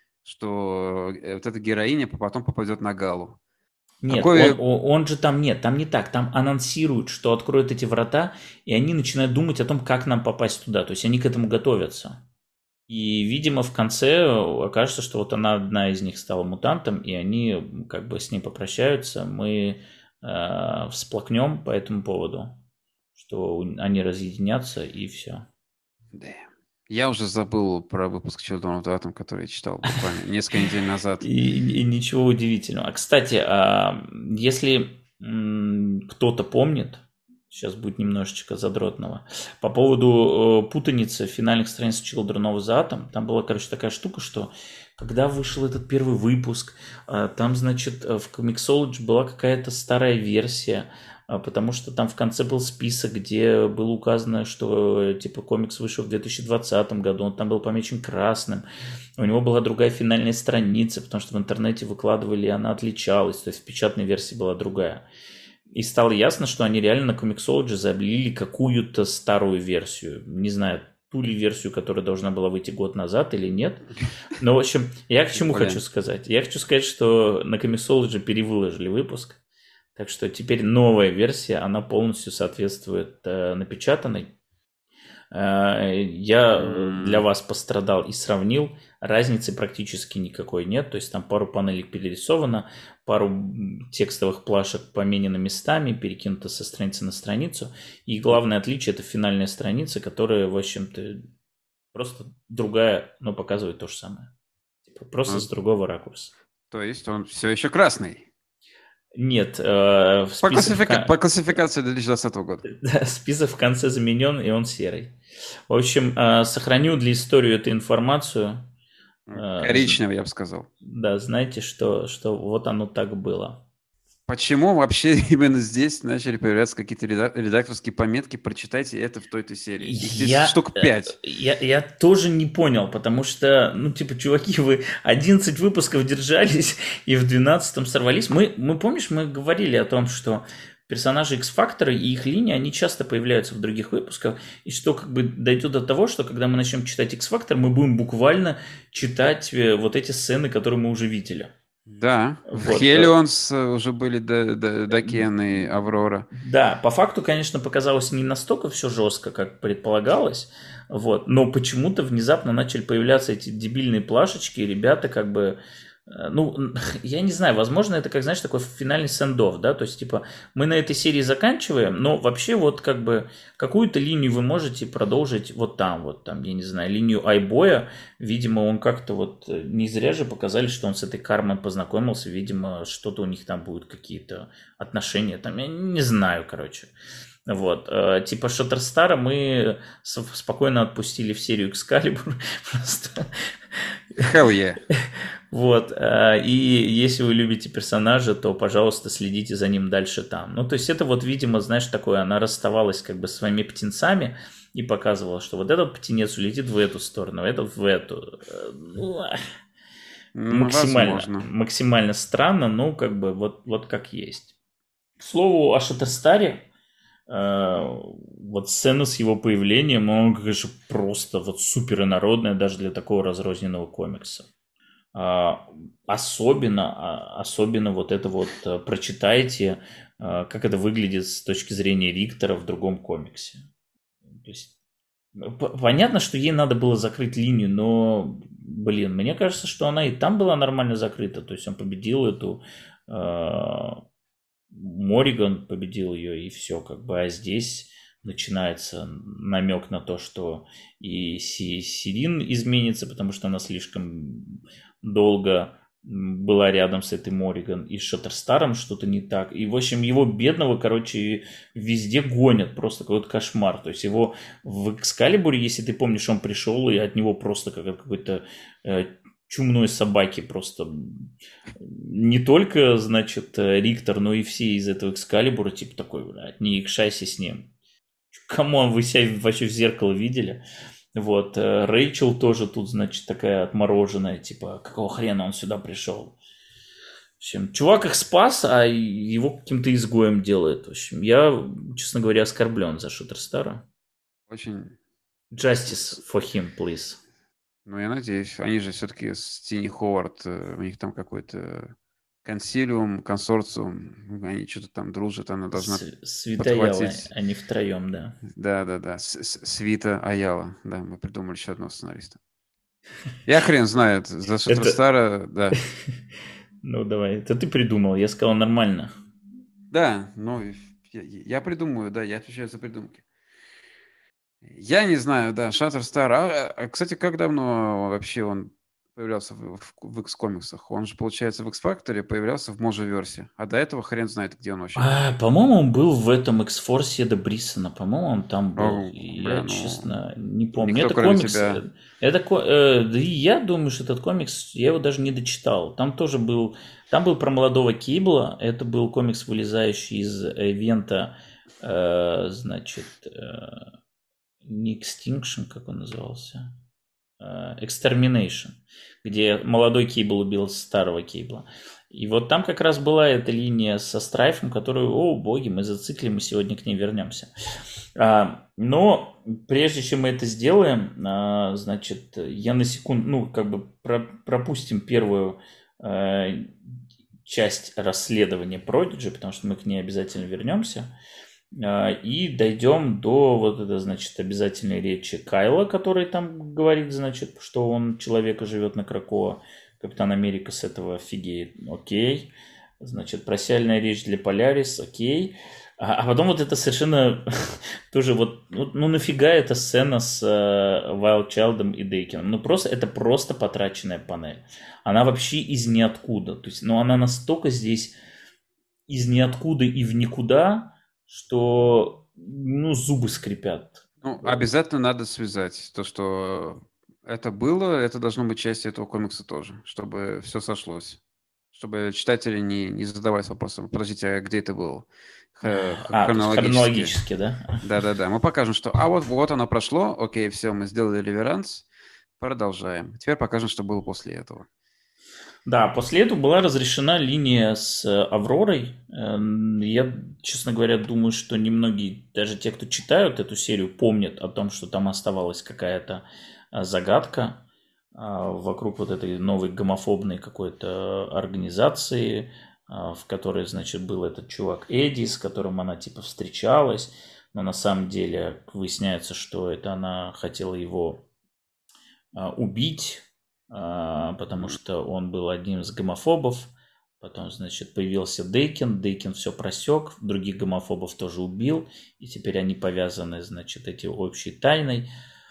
что э, вот эта героиня потом попадет на Галу? Нет, Какой... он, он, он же там нет, там не так. Там анонсируют, что откроют эти врата, и они начинают думать о том, как нам попасть туда. То есть они к этому готовятся. И, видимо, в конце окажется, что вот она, одна из них стала мутантом, и они как бы с ней попрощаются. Мы э, всплакнем по этому поводу, что они разъединятся, и все. Да. Я уже забыл про выпуск Children of the Atom, который я читал буквально несколько недель назад. И, и ничего удивительного. А, кстати, а если м, кто-то помнит, сейчас будет немножечко задротного, по поводу э, путаницы финальных страниц Children of the Atom, там была, короче, такая штука, что когда вышел этот первый выпуск, э, там, значит, в Comixology была какая-то старая версия, потому что там в конце был список, где было указано, что типа комикс вышел в две тысячи двадцатом году, он там был помечен красным, у него была другая финальная страница, потому что в интернете выкладывали, и она отличалась, то есть в печатной версии была другая. И стало ясно, что они реально на Comixology залили какую-то старую версию, не знаю, ту ли версию, которая должна была выйти год назад или нет. Но, в общем, я к чему хочу сказать? Я хочу сказать, что на Comixology перевыложили выпуск. Так что теперь новая версия, она полностью соответствует э, напечатанной. Э, я mm. для вас пострадал и сравнил. Разницы практически никакой нет. То есть там пару панелей перерисовано, пару текстовых плашек поменено местами, перекинуто со страницы на страницу. И главное отличие – это финальная страница, которая, в общем-то, просто другая, но показывает то же самое. Типа просто mm. с другого ракурса. То есть он все еще красный? Нет. Э, по, классифика... в... по классификации две тысячи двадцатого года. Список в конце заменен, и он серый. В общем, э, сохраню для истории эту информацию. Коричневый, э, я бы сказал. Да, знаете, что, что вот оно так было. Почему вообще именно здесь начали появляться какие-то редакторские пометки? Прочитайте это в той-то серии. Их здесь я, штук пять. Я, я тоже не понял, потому что, ну, типа, чуваки, вы одиннадцать выпусков держались и в двенадцатом сорвались. Мы, мы, помнишь, мы говорили о том, что персонажи X-Factor и их линии, они часто появляются в других выпусках, и что как бы дойдет до того, что когда мы начнем читать X-Factor, мы будем буквально читать вот эти сцены, которые мы уже видели. Да, вот. Хелионс уже были Дакен и Аврора. Да, по факту, конечно, показалось не настолько все жестко, как предполагалось, вот, но почему-то внезапно начали появляться эти дебильные плашечки, и ребята как бы, ну, я не знаю, возможно, это, как, знаешь, такой финальный сенд-офф, да, то есть, типа, мы на этой серии заканчиваем, но вообще вот как бы какую-то линию вы можете продолжить вот там, вот там, я не знаю, линию Айбоя, видимо, он как-то вот, не зря же показали, что он с этой Кармен познакомился, видимо, что-то у них там будут какие-то отношения, там, я не знаю, короче. Вот, типа Шаттерстара мы спокойно отпустили в серию Экскалибур, просто... Hell yeah. Вот, и если вы любите персонажа, то, пожалуйста, следите за ним дальше там. Ну, то есть это вот, видимо, знаешь, такое, она расставалась как бы с своими птенцами и показывала, что вот этот птенец улетит в эту сторону, этот в эту. Ну, максимально, максимально странно, но как бы вот, вот как есть. К слову, о Шаттерстаре, вот сцена с его появлением, он, конечно, просто вот супер инородная даже для такого разрозненного комикса. Особенно, особенно вот это вот прочитайте, как это выглядит с точки зрения Риктора в другом комиксе. То есть Понятно, что ей надо было закрыть линию, но, блин, мне кажется, что она и там была нормально закрыта. То есть он победил эту... Э, Мориган победил ее, и все, как бы. А здесь начинается намек на то, что и Сирин изменится, потому что она слишком долго была рядом с этой Мориган, и с Шаттерстаром что-то не так. И, в общем, его бедного, короче, везде гонят, просто какой-то кошмар. То есть его в Экскалибуре, если ты помнишь, он пришел, и от него просто как от какой-то э, чумной собаки просто не только, значит, Риктор, но и все из этого Экскалибура, типа такой, блядь, не икшайся с ним. Камон, вы себя вообще в зеркало видели? Вот, Рэйчел тоже тут, значит, такая отмороженная, типа, какого хрена он сюда пришел? В общем, чувак их спас, а его каким-то изгоем делает. В общем, я, честно говоря, оскорблен за Шуттерстара. Очень... Justice for him, please. Ну, я надеюсь. Они же все-таки с Тини Ховард, у них там какой-то консилиум, консорциум, они что-то там дружат, она должна Свитаяла, подхватить... они втроем, да. Да-да-да, Свита Аяла, да, мы придумали еще одного сценариста. Я хрен знает, за Шаттерстара, да. Ну, давай, это ты придумал, я сказал нормально. Да, ну, я, я придумаю, да, я отвечаю за придумки. Я не знаю, да, Шаттерстар. А, а, кстати, как давно вообще он появлялся в, в, в X-комиксах? Он же, получается, в X-Factor появлялся в Можеверсе. А до этого хрен знает, где он вообще. А, по-моему, он был в этом X-Force Эда Брисона. По-моему, он там был. О, я, бля, честно, ну, не помню. никто, Это кроме комикс. тебя. Это, э, да и я думаю, что этот комикс, я его даже не дочитал. Там тоже был. Там был про молодого Кейбла. Это был комикс, вылезающий из ивента, э, значит. Э, не Extinction, как он назывался, Extermination, где молодой Кейбл убил старого Кейбла. И вот там как раз была эта линия со Страйфом, которую, о боги, мы зациклим, мы сегодня к ней вернемся. Но прежде чем мы это сделаем, значит, я на секунду, ну, как бы пропустим первую часть расследования Продиджи, потому что мы к ней обязательно вернемся. И дойдем до вот это, значит, обязательной речи Кайла, который там говорит, значит, что он человека живет на Кракоа. Капитан Америка с этого офигеет. Окей. Значит, прощальная речь для Полярис. Окей. А, а потом вот это совершенно тоже вот, ну нафига эта сцена с Вайлдчайлдом и Дейкином? Ну просто, это просто потраченная панель. Она вообще из ниоткуда. То есть, ну она настолько здесь из ниоткуда и в никуда, что, ну, зубы скрипят. Ну, обязательно надо связать то, что это было, это должно быть частью этого комикса тоже, чтобы все сошлось. Чтобы читатели не, не задавались вопросом, подождите, а где это было? Х- А, хронологически. хронологически, да? Да-да-да, мы покажем, что, а вот, вот оно прошло, окей, все, мы сделали реверанс, продолжаем. Теперь покажем, что было после этого. Да, после этого была разрешена линия с Авророй. Я, честно говоря, думаю, что немногие, даже те, кто читают эту серию, помнят о том, что там оставалась какая-то загадка вокруг вот этой новой гомофобной какой-то организации, в которой, значит, был этот чувак Эдди, с которым она типа встречалась, но на самом деле выясняется, что это она хотела его убить, потому что он был одним из гомофобов. Потом, значит, появился Дейкин. Дейкин все просек, других гомофобов тоже убил. И теперь они повязаны, значит, этой общей тайной.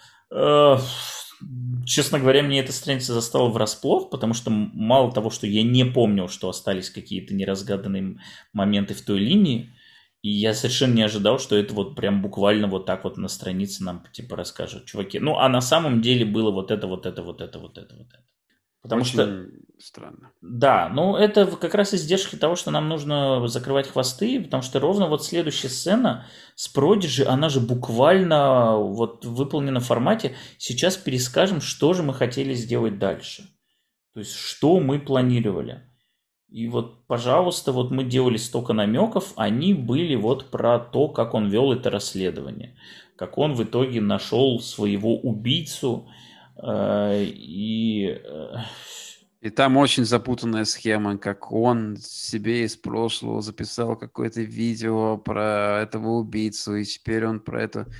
Честно говоря, мне эта страница застала врасплох, потому что мало того, что я не помнил, что остались какие-то неразгаданные моменты в той линии, и я совершенно не ожидал, что это вот прям буквально вот так вот на странице нам типа расскажут, чуваки. Ну, а на самом деле было вот это, вот это, вот это, вот это, вот это. Потому Очень что... странно. Да, ну это как раз издержки того, что нам нужно закрывать хвосты, потому что ровно вот следующая сцена с Продиджи, она же буквально вот выполнена в формате. Сейчас перескажем, что же мы хотели сделать дальше. То есть, что мы планировали. И вот, пожалуйста, вот мы делали столько намеков, они были вот про то, как он вел это расследование. Как он в итоге нашел своего убийцу э, и... Э, И там очень запутанная схема, как он себе из прошлого записал какое-то видео про этого убийцу, и теперь он про это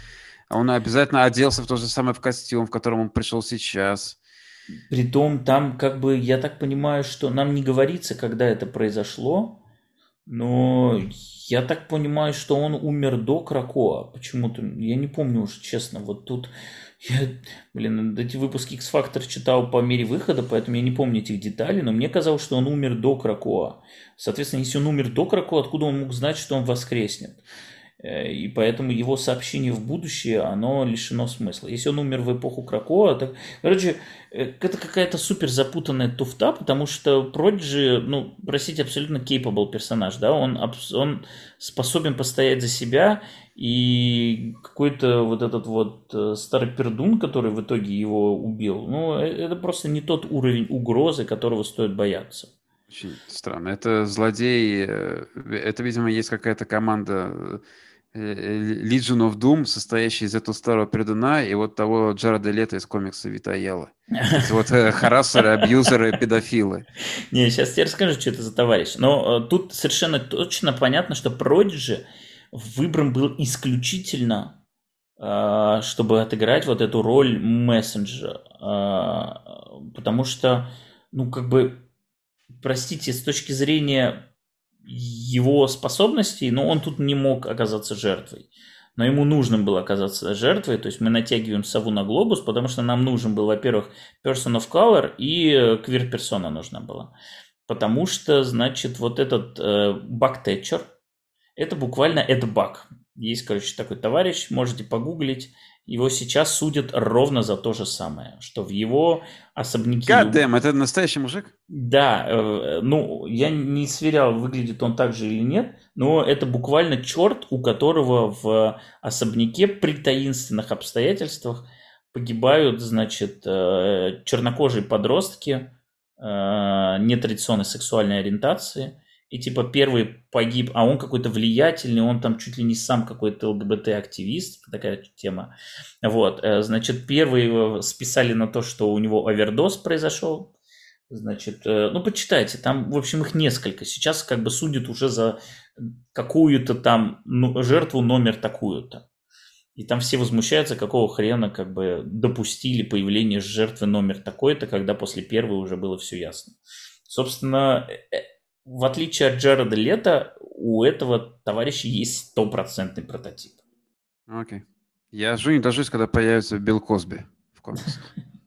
А он обязательно оделся в то же самое в костюм, в котором он пришел сейчас. Притом там, как бы, я так понимаю, что нам не говорится, когда это произошло, но я так понимаю, что он умер до Кракоа. Почему-то, я не помню уж, честно, вот тут я, блин, эти выпуски X-Factor читал по мере выхода, поэтому я не помню этих деталей, но мне казалось, что он умер до Кракоа. Соответственно, если он умер до Кракоа, откуда он мог знать, что он воскреснет? И поэтому его сообщение в будущее, оно лишено смысла. Если он умер в эпоху Кракоа, так, короче, это какая-то супер запутанная туфта, потому что Продиджи, ну, простите, абсолютно capable персонаж, да, он, он способен постоять за себя, и какой-то вот этот вот старый пердун, который в итоге его убил, ну, это просто не тот уровень угрозы, которого стоит бояться. Очень странно. Это злодей, это, видимо, есть какая-то команда Legion of Doom, состоящая из этого старого пердуна и вот того Джареда Лето из комикса Вита Йелла. Это вот харассеры, абьюзеры, педофилы. Не, сейчас тебе расскажу, что это за товарищ. Но тут совершенно точно понятно, что Продиджи выбран был исключительно, чтобы отыграть вот эту роль мессенджера. Потому что, ну, как бы, простите, с точки зрения его способностей, но он тут не мог оказаться жертвой. Но ему нужно было оказаться жертвой, то есть мы натягиваем сову на глобус, потому что нам нужен был, во-первых, person of color и квир-персона нужна была. Потому что, значит, вот этот э, баг-тэтчер, это буквально это баг. Есть, короче, такой товарищ, можете погуглить. Его сейчас судят ровно за то же самое, что в его особняке... God damn, это настоящий мужик? Да, э, ну, я не сверял, выглядит он так же или нет, но это буквально черт, у которого в особняке при таинственных обстоятельствах погибают, значит, э, чернокожие подростки э, нетрадиционной сексуальной ориентации. И типа первый погиб, а он какой-то влиятельный, он там чуть ли не сам какой-то ЛГБТ-активист, такая тема. Вот, значит, первый его списали на то, что у него овердоз произошел. Значит, ну почитайте, там, в общем, их несколько. Сейчас как бы судят уже за какую-то там ну, жертву номер такую-то. И там все возмущаются, какого хрена как бы допустили появление жертвы номер такой-то, когда после первой уже было все ясно. Собственно, в отличие от Джареда Лето, у этого товарища есть стопроцентный прототип. Окей. Okay. Я жду не дождусь, когда появится Билл Косби в комиксах.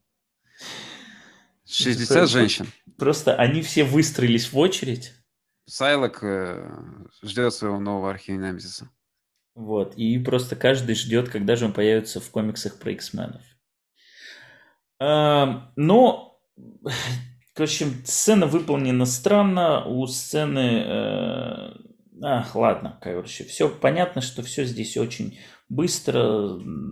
шестьдесят женщин. Просто они все выстроились в очередь. Сайлок э, ждет своего нового архинемезиса. Вот. И просто каждый ждет, когда же он появится в комиксах про X-менов. А, но... В общем, сцена выполнена странно, у сцены... Э, ах, ладно, короче, все понятно, что все здесь очень быстро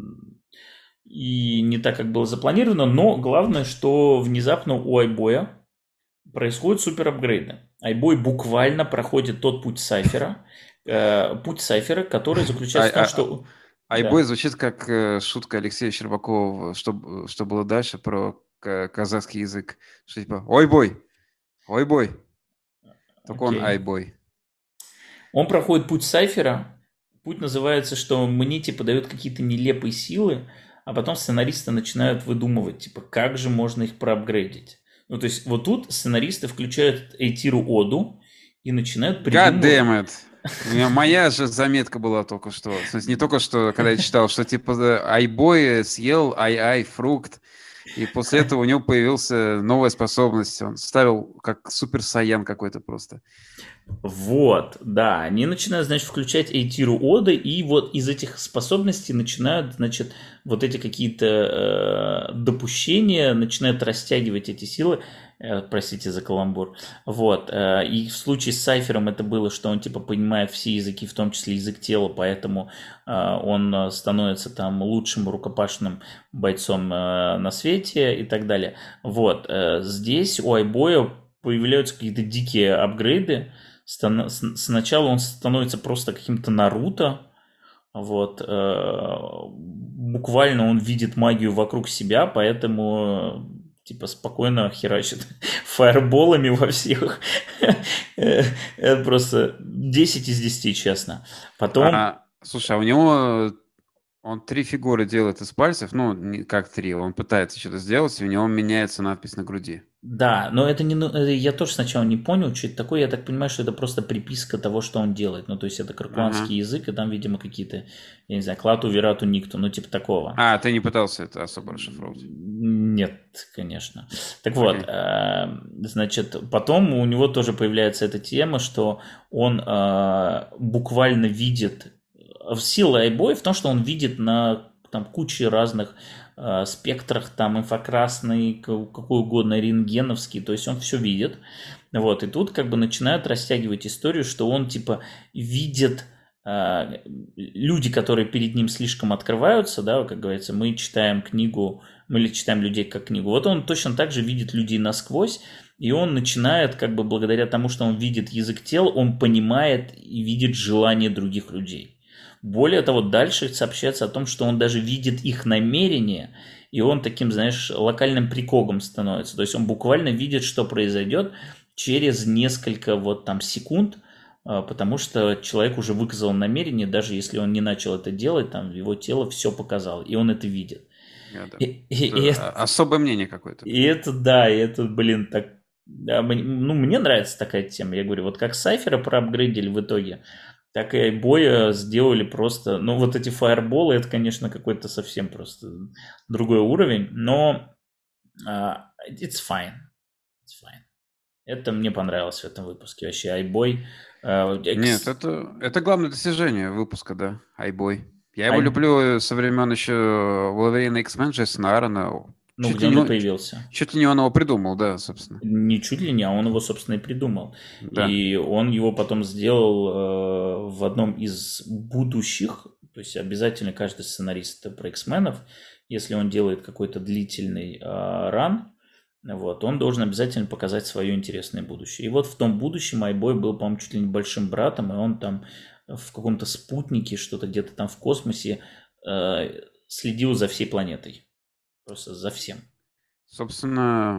и не так, как было запланировано, но главное, что внезапно у Айбоя происходят супер апгрейды. Айбой буквально проходит тот путь Сайфера, э, путь Сайфера, который заключается в том, что... Айбой да. Звучит как э, шутка Алексея Щербакова, что, что было дальше про казахский язык. Что типа «Ой-бой! Ой-бой!» Только okay. он «Айбой». Он проходит путь Сайфера. Путь называется, что мне типа дают какие-то нелепые силы, а потом сценаристы начинают выдумывать, типа, как же можно их проапгрейдить. Ну, то есть вот тут сценаристы включают Эйтиру Оду и начинают придумывать... God damn it! У меня моя же заметка была только что. В смысле, не только что, когда я читал, что типа Айбой съел ай-ай фрукт, и после этого у него появилась новая способность. Он ставил как супер саян какой-то просто. Вот, да. Они начинают, значит, включать Эйтиру Оды, и вот из этих способностей начинают, значит, вот эти какие-то э, допущения, начинают растягивать эти силы. Э, простите за каламбур. Вот. Э, и в случае с Сайфером это было, что он, типа, понимает все языки, в том числе язык тела, поэтому э, он становится там лучшим рукопашным бойцом э, на свете и так далее. Вот. Э, здесь у Айбоя появляются какие-то дикие апгрейды. Сначала он становится просто каким-то Наруто. Вот. Буквально он видит магию вокруг себя, поэтому типа спокойно херачит фаерболами во всех. Это просто десять из десяти, честно. Потом... А, слушай, а у него... Он три фигуры делает из пальцев, ну, не как три, он пытается что-то сделать, и у него меняется надпись на груди. Да, но это не, ну, это я тоже сначала не понял, что это такое. Я так понимаю, что это просто приписка того, что он делает. Ну, то есть это кракуанский Ага. язык, и там, видимо, какие-то, я не знаю, клату, вирату, никту, ну, типа такого. А, ты не пытался это особо расшифровать? Нет, конечно. Так вот, Окей. э, значит, потом у него тоже появляется эта тема, что он э, буквально видит... Сила айбой в том, что он видит на там, куче разных э, спектрах, там инфракрасный, какой угодно, рентгеновский, то есть он все видит. Вот, и тут как бы начинают растягивать историю, что он типа видит э, люди, которые перед ним слишком открываются, да, как говорится, мы читаем книгу, мы читаем людей как книгу. Вот он точно так же видит людей насквозь, и он начинает, как бы благодаря тому, что он видит язык тел, он понимает и видит желания других людей. Более того, дальше сообщается о том, что он даже видит их намерения, и он таким, знаешь, локальным прикогом становится. То есть он буквально видит, что произойдет через несколько вот там секунд, потому что человек уже выказал намерение, даже если он не начал это делать, там его тело все показало, и он это видит. Yeah, да. И, и, это и это, особое мнение какое-то. И это, да, и это, блин, так... Да, ну, мне нравится такая тема. Я говорю, вот как Сайфера проапгрейдили в итоге, так и боя сделали просто... Ну, вот эти фаерболы, это, конечно, какой-то совсем просто другой уровень, но uh, it's fine. It's fine. Это мне понравилось в этом выпуске. Вообще, айбой... Uh, экс... Нет, это, это главное достижение выпуска, да, айбой. Я его Ай... люблю со времен еще Wolverine X-Men Джейсона Аарона. Ну, чуть где ли он не, и появился. Чуть ли не он его придумал, да, собственно. Не чуть ли не, а он его, собственно, и придумал. Да. И он его потом сделал э, в одном из будущих, то есть обязательно каждый сценарист про X-менов, если он делает какой-то длительный э, ран, вот, он должен обязательно показать свое интересное будущее. И вот в том будущем айбой был, по-моему, чуть ли не большим братом, и он там в каком-то спутнике, что-то где-то там в космосе э, следил за всей планетой. Просто за всем. Собственно,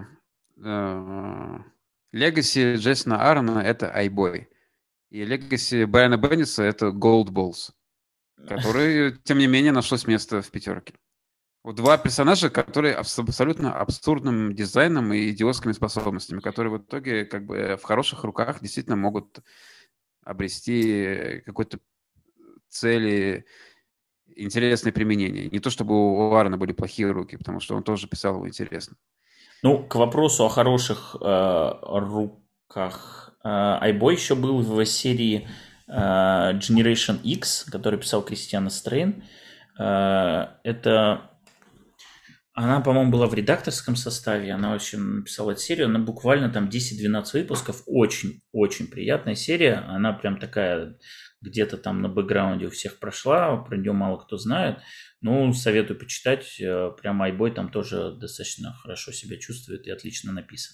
легаси Джейсона Аарона — это айбой. И легаси Брайана Бенниса — это Gold Balls, который, тем не менее, нашлось место в пятерке. Вот два персонажа, которые с абсолютно абсурдным дизайном и идиотскими способностями, которые в итоге как бы в хороших руках действительно могут обрести какой-то цели, интересное применение. Не то чтобы у Аарона были плохие руки, потому что он тоже писал его интересно. Ну, к вопросу о хороших э, руках. Э, айбой еще был в серии э, Generation X, который писал Кристиан Стрейн. Э, это... Она, по-моему, была в редакторском составе. Она, в общем, написала эту серию. Она буквально там десять-двенадцать выпусков. Очень-очень приятная серия. Она прям такая... где-то там на бэкграунде у всех прошла, про нее мало кто знает. Ну, советую почитать. Прям айбой там тоже достаточно хорошо себя чувствует и отлично написан.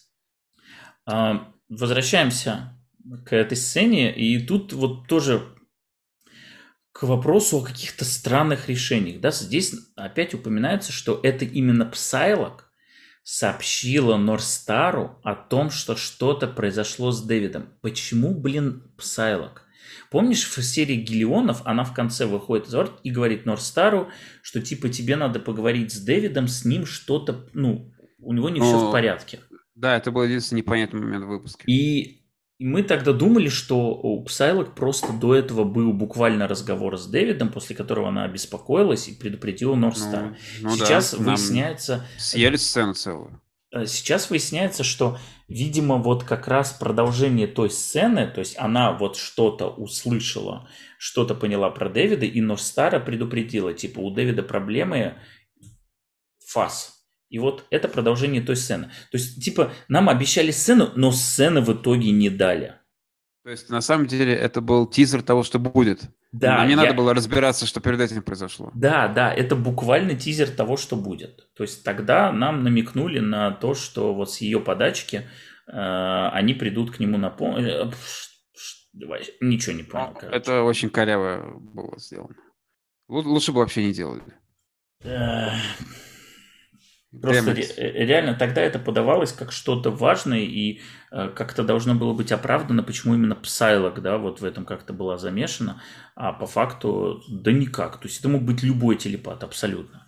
Возвращаемся к этой сцене. И тут вот тоже к вопросу о каких-то странных решениях. Да? Здесь опять упоминается, что это именно Psylocke сообщила Норстару о том, что что-то произошло с Дэвидом. Почему, блин, Psylocke? Помнишь, в серии Гелионов она в конце выходит из ворот и говорит Норстару, что типа тебе надо поговорить с Дэвидом, с ним что-то, ну, у него не Но, все в порядке. Да, это был единственный непонятный момент в выпуске. И, и мы тогда думали, что у Psylocke просто до этого был буквально разговор с Дэвидом, после которого она обеспокоилась и предупредила Норстара. Ну, ну Сейчас да, выясняется... Съели сцену целую. Сейчас выясняется, что, видимо, вот как раз продолжение той сцены, то есть она вот что-то услышала, что-то поняла про Дэвида, и Норстара предупредила, типа, у Дэвида проблемы, фас. И вот это продолжение той сцены. То есть, типа, нам обещали сцену, но сцены в итоге не дали. То есть, на самом деле, это был тизер того, что будет. Да, Нам не я... надо было разбираться, что перед этим произошло. Да, да, это буквально тизер того, что будет. То есть тогда нам намекнули на то, что вот с ее подачки э, они придут к нему на помощь. Ничего не понял. Короче. Это очень коряво было сделано. Лучше бы вообще не делали. Просто ре- реально тогда это подавалось как что-то важное и э, как-то должно было быть оправдано, почему именно Psylocke, да, вот в этом как-то была замешана, а по факту да никак. То есть это мог быть любой телепат абсолютно.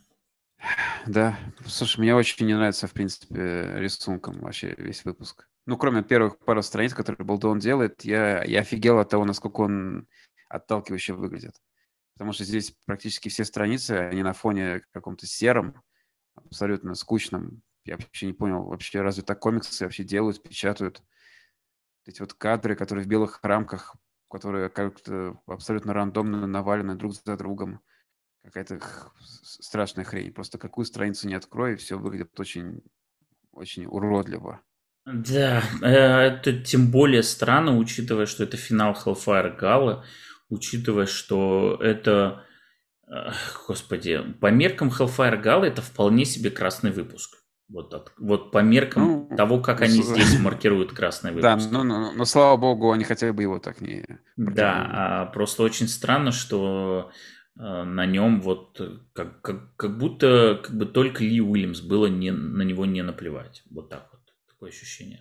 Да, слушай, мне очень не нравится, в принципе, рисунком вообще весь выпуск. Ну, кроме первых пару страниц, которые Болдуин делает, я, я офигел от того, насколько он отталкивающе выглядит. Потому что здесь практически все страницы, они на фоне каком-то сером, абсолютно скучном. Я вообще не понял, вообще разве так комиксы вообще делают, печатают? Эти вот кадры, которые в белых рамках, которые как-то абсолютно рандомно навалены друг за другом. Какая-то х- с- страшная хрень. Просто какую страницу не открой, все выглядит очень, очень уродливо. Да, э, это тем более странно, учитывая, что это финал Hellfire Gala, учитывая, что это, э, господи, по меркам Hellfire Gala это вполне себе красный выпуск. Вот, от- вот по меркам Ну, того, как с- они здесь маркируют красный да, выпуск. но, но, но слава богу, они хотя бы его так не Да, прогибнули. а просто очень странно, что э, на нем вот э, как, как, как будто как бы только Ли Уильямс было не, на него не наплевать. Вот так вот. Такое ощущение.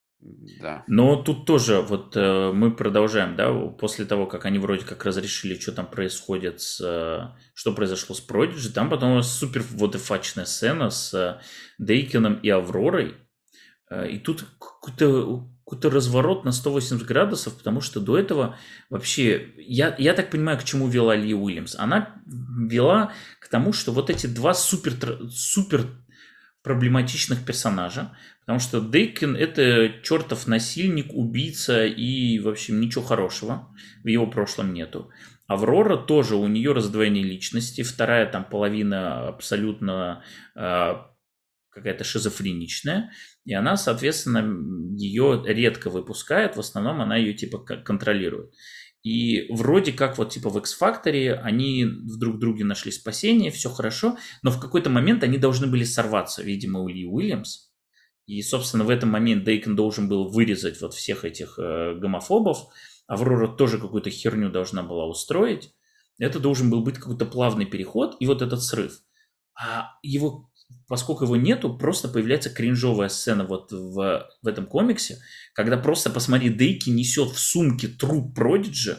Да. Но тут тоже вот э, мы продолжаем, да, после того, как они вроде как разрешили, что там происходит с... э, что произошло с Продиджи, там потом у нас супер вот фачная сцена с э, Дейкином и Авророй. Э, и тут какой-то какой-то разворот на сто восемьдесят градусов, потому что до этого вообще... Я, я так понимаю, к чему вела Ли Уильямс. Она вела к тому, что вот эти два супер, супер проблематичных персонажа, потому что Дейкин это чертов насильник, убийца и, в общем, ничего хорошего в его прошлом нету. Аврора тоже, у нее раздвоение личности, вторая там половина абсолютно э, какая-то шизофреничная, и она, соответственно, ее редко выпускает, в основном она ее типа контролирует. И вроде как вот типа в X-Factor они в друг друге нашли спасение, все хорошо, но в какой-то момент они должны были сорваться, видимо, у Ли Уильямс. И, собственно, в этом момент Дейкон должен был вырезать вот всех этих э, гомофобов. Аврора тоже какую-то херню должна была устроить. Это должен был быть какой-то плавный переход и вот этот срыв. А его, поскольку его нету, просто появляется кринжовая сцена вот в, в этом комиксе, когда просто, посмотри, Дейки несет в сумке труп Продиджи.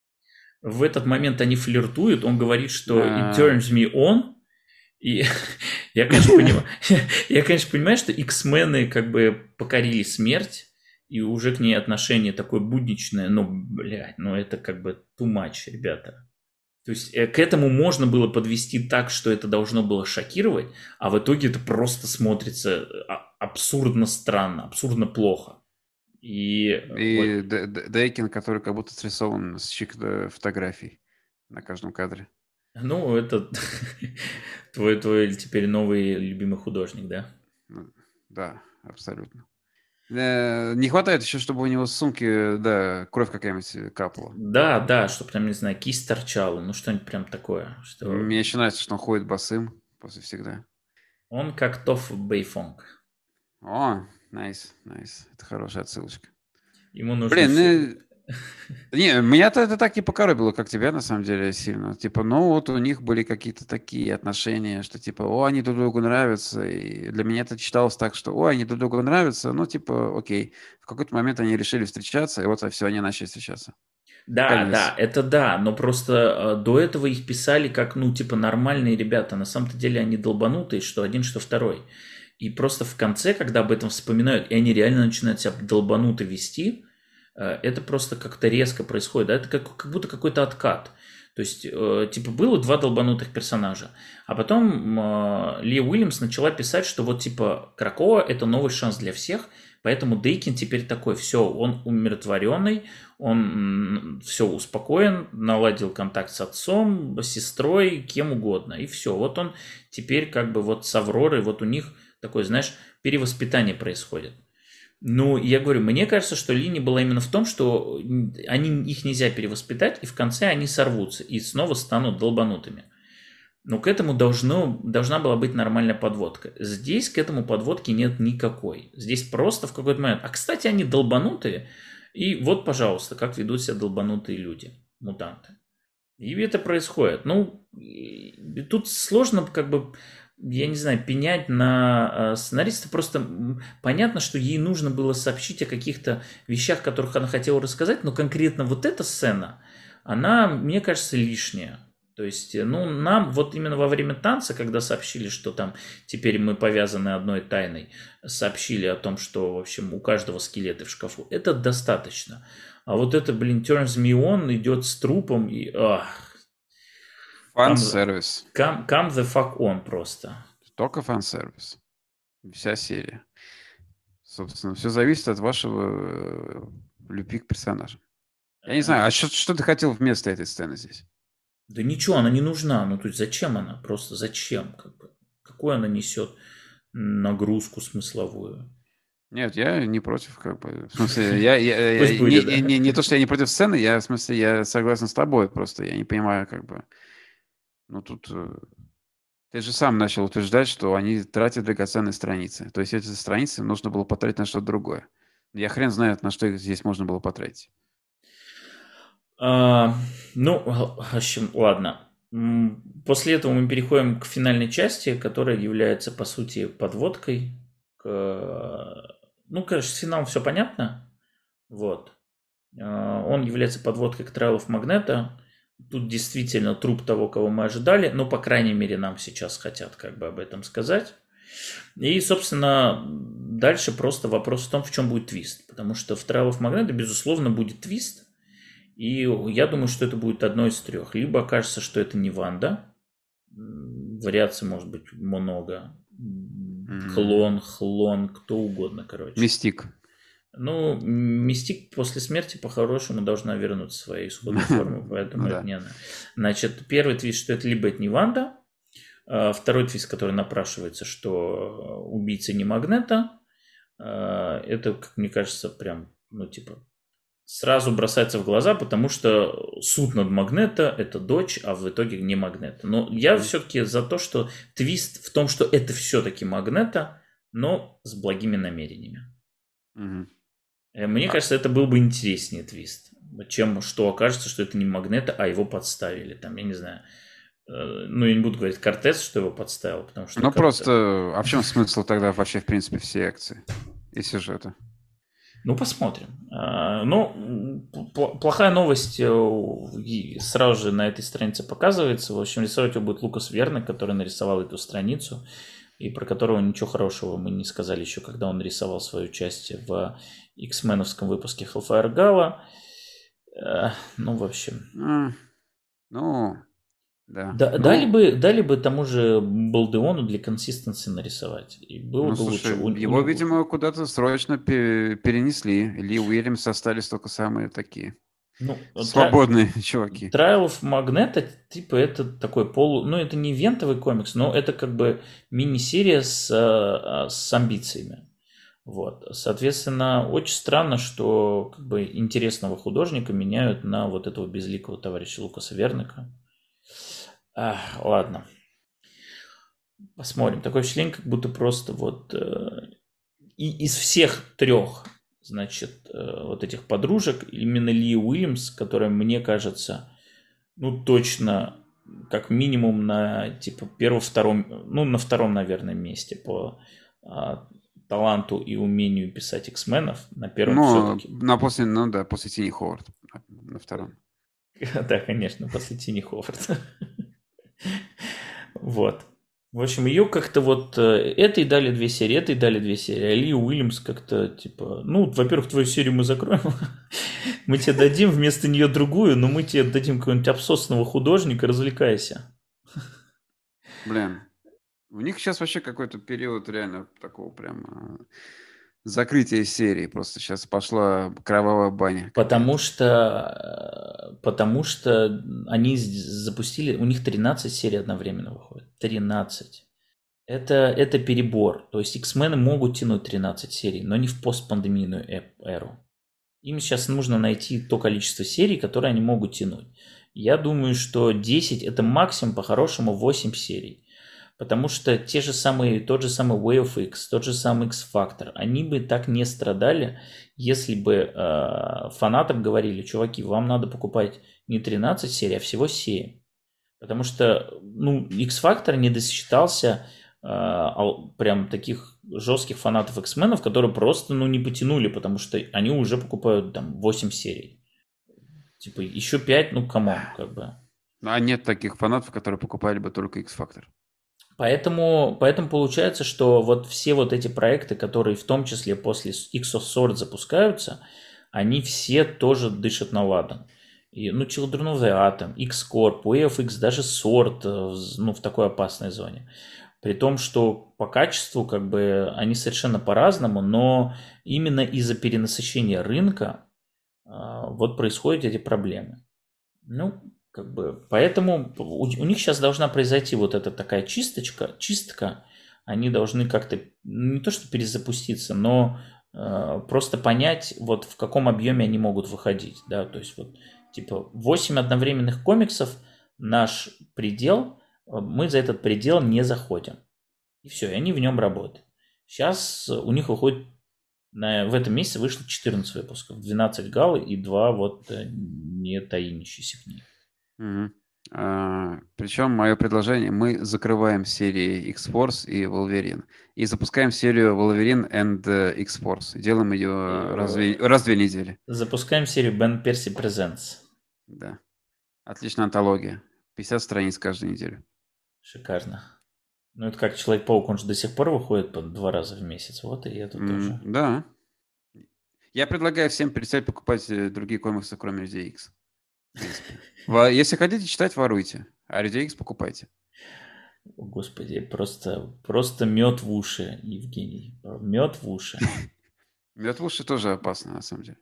В этот момент они флиртуют, он говорит, что it А, turns me on. И я, конечно, понимаю, я, конечно, понимаю, что X-мены как бы покорили смерть, и уже к ней отношение такое будничное, но, блядь, ну это как бы too much, ребята. То есть э, к этому можно было подвести так, что это должно было шокировать, а в итоге это просто смотрится а- абсурдно странно, абсурдно плохо. И э, и вот, Д- Д- Дейкин, который как будто срисован с чик э, фотографий на каждом кадре. ну, это твой, твой теперь новый любимый художник, да? Ну, да, абсолютно. Э, Не хватает еще, чтобы у него с сумки, да, кровь какая-нибудь капала. Да, да, чтобы там, не знаю, кисть торчала, ну что-нибудь прям такое, что Мне еще нравится, что он ходит босым после всегда. он как Тоф Бэйфонг. О, найс, найс. Это хорошая отсылочка. Ему нужно Блин, все... ну, не, меня-то это так не покоробило, как тебя, на самом деле, сильно. Типа, ну, вот у них были какие-то такие отношения, что, типа, о, они друг другу нравятся. И для меня это читалось так, что, о, они друг другу нравятся, ну, типа, окей. В какой-то момент они решили встречаться, и вот все, они начали встречаться. Да, да, Конец. это да, но просто э, до этого их писали как, ну, типа, нормальные ребята. На самом-то деле они долбанутые, что один, что второй. И просто в конце, когда об этом вспоминают, и они реально начинают себя долбануто вести, э, это просто как-то резко происходит. Да? Это как, как будто какой-то откат. То есть, э, типа, было два долбанутых персонажа. А потом э, Ли Уильямс начала писать, что вот, типа, Кракоа – это новый шанс для всех, поэтому Дейкин теперь такой, все, он умиротворенный, он все успокоен, наладил контакт с отцом, с сестрой, кем угодно. И все. Вот он теперь как бы вот с Авророй, вот у них такое, знаешь, перевоспитание происходит. Ну, я говорю, мне кажется, что линия была именно в том, что они, их нельзя перевоспитать, и в конце они сорвутся и снова станут долбанутыми. Но к этому должно, должна была быть нормальная подводка. Здесь к этому подводки нет никакой. Здесь просто в какой-то момент... А, кстати, они долбанутые. И вот, пожалуйста, как ведут себя долбанутые люди, мутанты. И это происходит. Ну, и тут сложно как бы я не знаю, пенять на э, сценариста. Просто понятно, что ей нужно было сообщить о каких-то вещах, которых она хотела рассказать, но конкретно вот эта сцена, она, мне кажется, лишняя. То есть, ну, нам вот именно во время танца, когда сообщили, что там теперь мы повязаны одной тайной, сообщили о том, что, в общем, у каждого скелеты в шкафу, это достаточно. А вот это, блин, turns me on идет с трупом и... Фан-сервис. Come, come the fuck on просто. Только фан-сервис. Вся серия. Собственно, все зависит от вашего любви к персонажам. Я не знаю, а что, что ты хотел вместо этой сцены здесь? Да ничего, она не нужна. Ну, то есть зачем она? Просто зачем? Как бы? Какую она несет нагрузку смысловую? Нет, я не против, как бы. В смысле, я, я, я не, не, не, не то, что я не против сцены, я, в смысле, я согласен с тобой, просто я не понимаю, как бы. Ну, тут ты же сам начал утверждать, что они тратят драгоценные страницы. То есть эти страницы нужно было потратить на что-то другое. Я хрен знает, на что их здесь можно было потратить. А, ну, в общем, ладно. После этого мы переходим к финальной части, которая является, по сути, подводкой. К... Ну, короче, с финалом все понятно. Вот. Он является подводкой к Trial of Magneto. Тут действительно труп того, кого мы ожидали, но, по крайней мере, нам сейчас хотят как бы об этом сказать. И, собственно, дальше просто вопрос в том, в чем будет твист. Потому что в Trial of Magneto, безусловно, будет твист. И я думаю, что это будет одно из трех. Либо окажется, что это не Ванда. Вариаций может быть много. Клон, хлон, кто угодно, короче. Мистик. Ну, Мистик после смерти по-хорошему должна вернуться в свою исходную форму, поэтому это не она. Значит, первый твист, что это либо это не Ванда. Второй твист, который напрашивается, что убийца не Магнето. Это, как мне кажется, прям, ну, типа, сразу бросается в глаза, потому что суд над Магнето – это дочь, а в итоге не Магнето. Но я все-таки за то, что твист в том, что это все-таки Магнето, но с благими намерениями. Mm-hmm. Мне кажется, это был бы интереснее твист, чем что окажется, что это не Магнето, а его подставили. Там, я не знаю, ну, я не буду говорить Кортес, что его подставил, потому что... Ну, Кортес... просто, а в чем смысл тогда вообще, в принципе, всей акции и сюжета? Ну, посмотрим. Ну, плохая новость сразу же на этой странице показывается. В общем, рисовать его будет Лукас Верне, который нарисовал эту страницу, и про которого ничего хорошего мы не сказали еще, когда он рисовал свою часть в X-меновском выпуске Hellfire Gala. Ну, в общем... Mm. Ну... Да. Да, ну, дали, бы, дали бы тому же Балдеону для консистенции нарисовать. И было ну, бы слушай, лучше. Его, у... видимо, куда-то срочно перенесли. Ли Уильямс остались только самые такие ну, свободные тра... чуваки. Trial of Magneto, типа, это такой полу... Ну, это не ивентовый комикс, но это как бы мини-серия с, с амбициями. Вот. Соответственно, очень странно, что как бы интересного художника меняют на вот этого безликого товарища Лукаса Вернека. Ах, ладно. Посмотрим. Такое впечатление, как будто просто вот э, и, из всех трех, значит, э, вот этих подружек, именно Ли Уильямс, которая, мне кажется, ну, точно, как минимум на, типа, первом-втором, ну, на втором, наверное, месте по э, таланту и умению писать X-менов. На первом ну, все-таки. На после, ну, да, после Тини Ховард. На втором. Да, конечно, после Тини Ховард. Вот. В общем, ее как-то вот... Этой дали две серии, этой дали две серии. А Ли Уильямс как-то, типа... Ну, во-первых, твою серию мы закроем. Мы тебе дадим вместо нее другую, но мы тебе дадим какого-нибудь обсосного художника, развлекайся. Блин. У них сейчас вообще какой-то период реально такого прям... Закрытие серии. Просто сейчас пошла кровавая баня. Потому что, потому что они запустили... У них тринадцать серий одновременно выходит. тринадцать. Это, это перебор. То есть X-мены могут тянуть тринадцать серий, но не в постпандемийную эру. Им сейчас нужно найти то количество серий, которые они могут тянуть. Я думаю, что десять это максимум, по-хорошему восемь серий. Потому что те же самые, тот же самый Way of X, тот же самый X-Factor, они бы так не страдали, если бы э, фанатам говорили: чуваки, вам надо покупать не тринадцать серий, а всего семь. Потому что, ну, X-Factor не досчитался прям таких жестких фанатов X-менов, которые просто, ну, не потянули, потому что они уже покупают там восемь серий. Типа, еще пять, ну, камон, как бы. А нет таких фанатов, которые покупали бы только X-Factor. Поэтому, поэтому получается, что вот все вот эти проекты, которые в том числе после X of Swords запускаются, они все тоже дышат на ладан. И, ну, Children of the Atom, X-Corp, Way of X, даже Sword, ну, в такой опасной зоне. При том, что по качеству как бы они совершенно по-разному, но именно из-за перенасыщения рынка вот происходят эти проблемы. Ну, как бы, поэтому у, у них сейчас должна произойти вот эта такая чисточка, чистка. Они должны как-то не то что перезапуститься, но э, просто понять, вот в каком объеме они могут выходить, да, то есть вот типа восемь одновременных комиксов наш предел, мы за этот предел не заходим. И все, и они в нем работают. Сейчас у них выходит, на, в этом месяце вышло четырнадцать выпусков, двенадцать галы и два вот не таинищиеся книги. Угу. А, причем мое предложение, мы закрываем серии X-Force и Wolverine и запускаем серию Wolverine and X-Force. Делаем ее раз, раз в две недели. Запускаем серию Ben Percy Presents. Да. Отличная антология. пятьдесят страниц каждую неделю. Шикарно. Ну, это как Человек-паук, он же до сих пор выходит по два раза в месяц. Вот и это mm, тоже. Да. Я предлагаю всем перестать покупать другие комиксы, кроме Людей Икс. Если хотите читать, воруйте. А Людей Икс покупайте. О, Господи, просто, просто мед в уши, Евгений. Мед в уши. Мед в уши тоже опасно, на самом деле.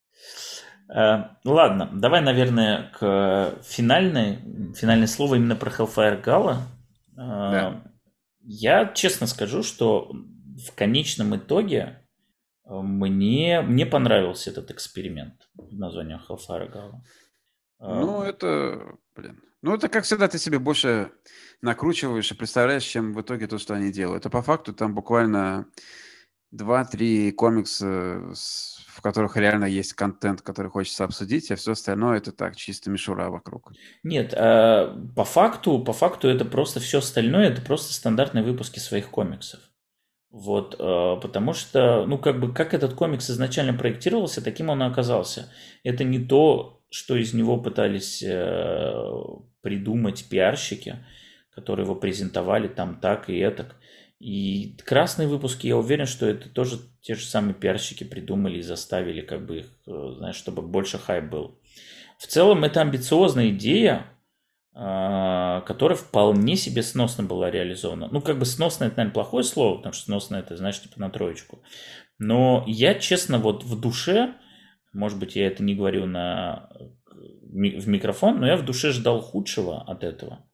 Uh, ладно, давай, наверное, к финальной, финальное слово именно про Hellfire Gala. Uh, да. Я честно скажу, что в конечном итоге мне, мне понравился этот эксперимент под названием Hellfire Gala. Ну, это, блин, ну это, как всегда, ты себе больше накручиваешь и представляешь, чем в итоге то, что они делают. А по факту там буквально два-три комикса, в которых реально есть контент, который хочется обсудить, а все остальное это так, чисто мишура вокруг. Нет, по факту, по факту это просто все остальное, это просто стандартные выпуски своих комиксов. Вот, потому что, ну, как бы, как этот комикс изначально проектировался, таким он и оказался. Это не то, что из него пытались придумать пиарщики, которые его презентовали там так и этак. И красные выпуски, я уверен, что это тоже те же самые пиарщики придумали и заставили, как бы их, знаешь, чтобы больше хайп был. В целом, это амбициозная идея, которая вполне себе сносно была реализована. Ну, как бы сносно, это, наверное, плохое слово, потому что сносно это, знаешь, типа на троечку. Но я, честно, вот в душе, может быть, я это не говорю на, в микрофон, но я в душе ждал худшего от этого.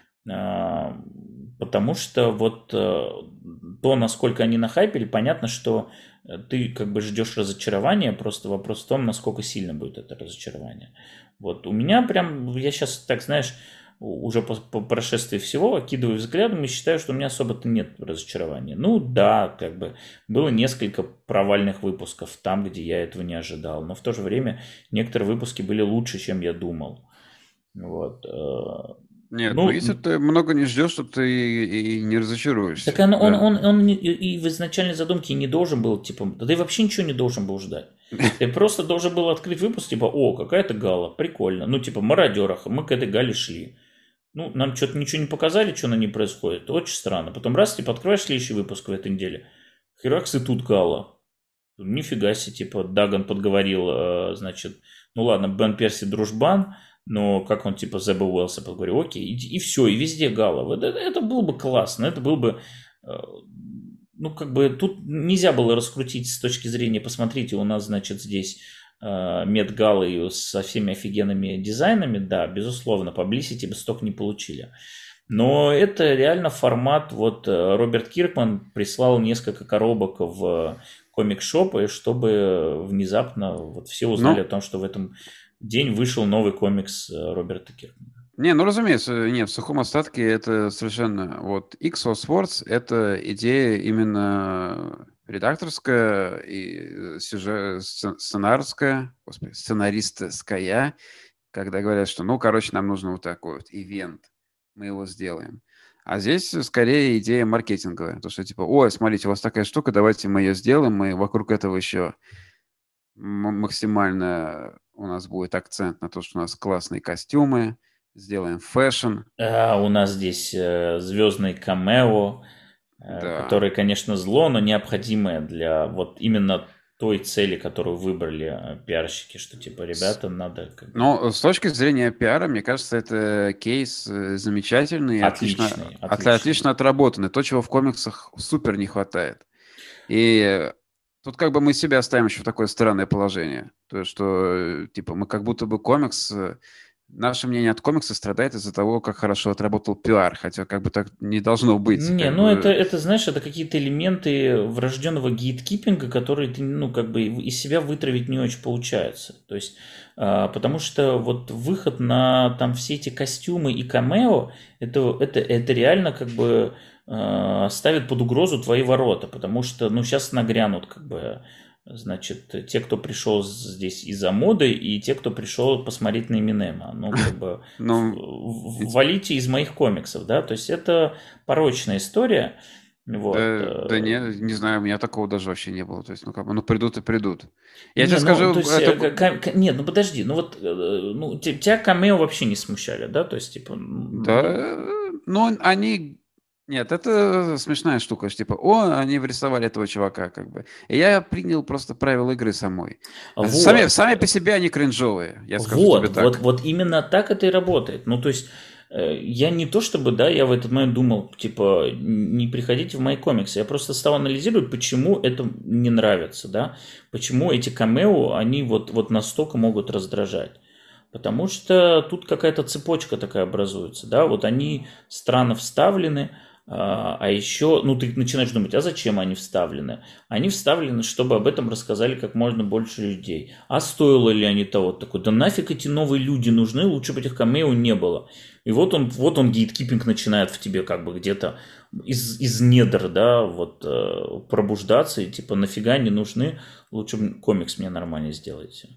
Потому что вот то, насколько они нахайпили, понятно, что ты как бы ждешь разочарования, просто вопрос в том, насколько сильно будет это разочарование. Вот у меня прям, я сейчас, так знаешь, уже по, по прошествии всего окидываю взглядом и считаю, что у меня особо-то нет разочарования. Ну да, как бы было несколько провальных выпусков там, где я этого не ожидал, но в то же время некоторые выпуски были лучше, чем я думал. Вот. Нет, ну, ну если ты много не ждешь, то ты и, и не разочаруешься. Так он, да. он, он, он, он и в изначальной задумке не должен был, типа, да ты вообще ничего не должен был ждать. Ты просто должен был открыть выпуск, типа, о, какая-то гала, прикольно. Ну, типа, мародерах, мы к этой гале шли. Ну, нам что-то ничего не показали, что на ней происходит. Очень странно. Потом раз, типа, открываешь следующий выпуск в этой неделе. Херакс и тут гала. Нифига себе, типа, Даган подговорил, значит, ну ладно, Бен Перси дружбан, но как он типа Зеба Уэллса подговорил, окей, и, и все, и везде гала. Это, это было бы классно, это было бы, ну как бы тут нельзя было раскрутить с точки зрения, посмотрите, у нас, значит, здесь Мет Галы со всеми офигенными дизайнами, да, безусловно, Publicity бы столько не получили. Но это реально формат, вот Роберт Киркман прислал несколько коробок в комик-шопы, чтобы внезапно вот все узнали ну, о том, что в этом день вышел новый комикс Роберта Киркмана. Не, ну разумеется, нет, в сухом остатке это совершенно, вот X of Swords это идея именно редакторская и сюжет, сценарская, господи, сценаристская, когда говорят, что, ну, короче, нам нужен вот такой вот ивент, мы его сделаем. А здесь скорее идея маркетинговая. То, что типа, ой, смотрите, у вас такая штука, давайте мы ее сделаем, мы вокруг этого еще максимально у нас будет акцент на то, что у нас классные костюмы, сделаем фэшн. А у нас здесь э, звездный камео, э, Да. который, конечно, зло, но необходимое для вот именно той цели, которую выбрали э, пиарщики, что типа, ребята, надо... Как бы... Но с точки зрения пиара, мне кажется, это кейс э, замечательный и отлично, Отличный, от- отличный. отлично отработанный. То, чего в комиксах супер не хватает. И тут как бы мы себя ставим еще в такое странное положение. То, есть, что, э, типа, мы как будто бы комикс... э, Наше мнение от комикса страдает из-за того, как хорошо отработал пиар, хотя как бы так не должно быть. Не, Как ну бы... это, это, знаешь, это какие-то элементы врожденного гейткипинга, которые ты, ну, как бы из себя вытравить не очень получается. То есть, а, потому что вот выход на там все эти костюмы и камео, это, это, это реально как бы а, ставит под угрозу твои ворота, потому что, ну, сейчас нагрянут как бы, значит, те, кто пришел здесь из-за моды, и те, кто пришел посмотреть на Эминема. Ну, как бы, Ну, в- валите из моих комиксов, да, то есть это порочная история, вот. да, да не, не знаю, у меня такого даже вообще не было. То есть, ну, как бы, ну, придут и придут. Я Не, тебе ну, то скажу, есть, это... э, ка- ка- нет, ну подожди, ну вот, э, ну, те- тебя камео вообще не смущали, да, то есть, типа, Да, ну, ну, они... Нет, это смешная штука, что типа, о, они вырисовали этого чувака, как бы. И я принял просто правила игры самой. Сами, вот, сами по себе они кринжовые, я скажу вот, тебе вот, так. вот именно так это и работает, ну, то есть, э, я не то чтобы, да, я в этот момент думал, типа, не приходите в мои комиксы, я просто стал анализировать, почему это не нравится, да, почему эти камео, они вот, вот настолько могут раздражать. Потому что тут какая-то цепочка такая образуется, да, вот они странно вставлены, а а еще, ну, ты начинаешь думать, а зачем они вставлены? Они вставлены, чтобы об этом рассказали как можно больше людей. А стоило ли они того? Такой, да нафиг эти новые люди нужны, лучше бы этих камео не было. И вот он, вот он гейткипинг начинает в тебе как бы где-то из, из недр, да, вот э, пробуждаться, и типа нафига не нужны, лучше бы комикс мне нормально сделайте.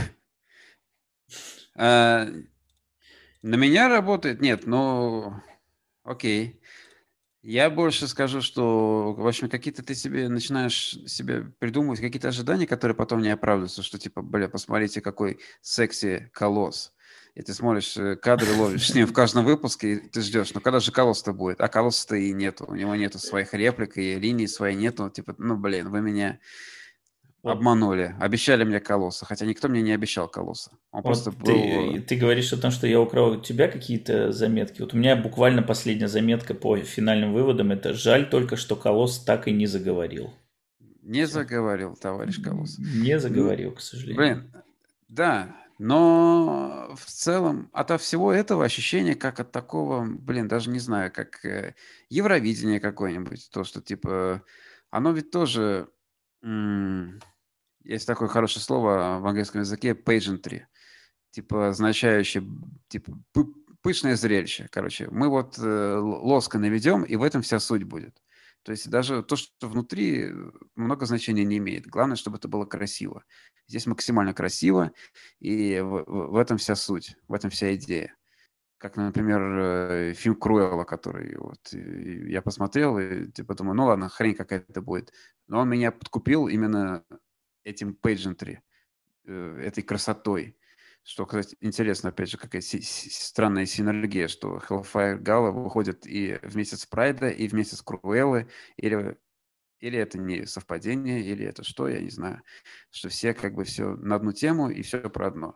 А, на меня работает? Нет, ну, окей. Я больше скажу, что, в общем, какие-то ты себе начинаешь себе придумывать какие-то ожидания, которые потом не оправдываются, что типа, бля, посмотрите, какой секси колосс. И ты смотришь э, кадры, ловишь с ним в каждом выпуске, и ты ждешь, ну когда же колосс-то будет? А колосса-то и нету, у него нету своих реплик, и линий своей нету, типа, ну, блин, вы меня Вот обманули, обещали мне колосса, хотя никто мне не обещал колосса. Он просто Вот был... ты, ты говоришь о том, что я украл у тебя какие-то заметки. Вот у меня буквально последняя заметка по финальным выводам. Это жаль только, что Колосс так и не заговорил. Не Все. заговорил, товарищ колосс. Не Н- заговорил, к сожалению. Блин, да, но в целом ото всего этого ощущение, как от такого, блин, даже не знаю, как э, Евровидение какое-нибудь, то, что типа, оно ведь тоже, м, есть такое хорошее слово в английском языке, pageantry, типа означающее, типа, пы- пышное зрелище, короче. Мы вот э, л- лоско наведем, и в этом вся суть будет. То есть даже то, что внутри, э, много значения не имеет. Главное, чтобы это было красиво. Здесь максимально красиво, и в, в- в этом вся суть, в этом вся идея. Как, например, э, фильм Круэлла, который вот э, я посмотрел, и типа думаю, ну ладно, хрень какая-то будет. Но он меня подкупил именно этим pageantry, э, этой красотой. Что, кстати, интересно, опять же, какая си- си- странная синергия, что Hellfire Gala выходит и в месяц Прайда, и в месяц Круэллы, или, или это не совпадение, или это что, я не знаю. Что все как бы все на одну тему, и все про одно.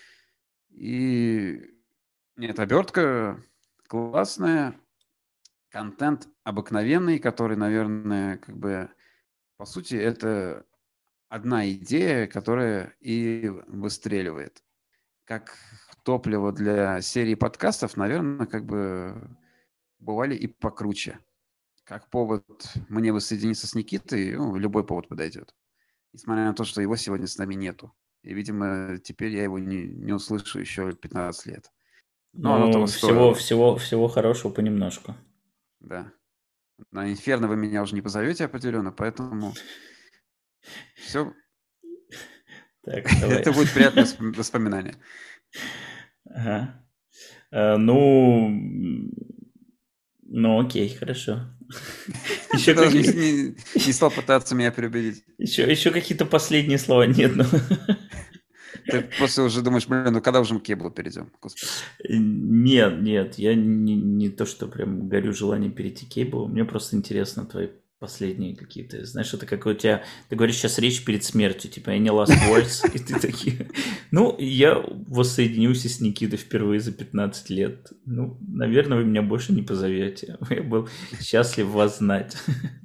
И нет, обертка классная, контент обыкновенный, который, наверное, как бы, по сути, это одна идея, которая и выстреливает. Как топливо для серии подкастов, наверное, как бы бывали и покруче. Как повод мне воссоединиться с Никитой, ну, любой повод подойдет. Несмотря на то, что его сегодня с нами нету. И, видимо, теперь я его не, не услышу еще пятнадцать лет. Но оно того Ну, всего, стоило, всего, всего хорошего понемножку. да. На Инферно вы меня уже не позовете определенно, поэтому все, Так, давай. это будет приятное воспом- воспоминание. Ага. Э, Ну, Ну, окей, хорошо. Еще даже какие... не, не, не стал пытаться меня переубедить. Еще, еще какие-то последние слова нет, ну. Ты просто уже думаешь, блин, ну когда уже мы к Кейблу перейдем? Господи. Нет, нет, я не, не то, что прям горю желанием перейти к Кейблу. Мне просто интересно твои последние какие-то. Знаешь, это как у тебя... Ты говоришь сейчас речь перед смертью, типа я не last words, и ты такие... Ну, я воссоединился с Никитой впервые за пятнадцать лет. Ну, наверное, вы меня больше не позовете. Я был счастлив вас знать.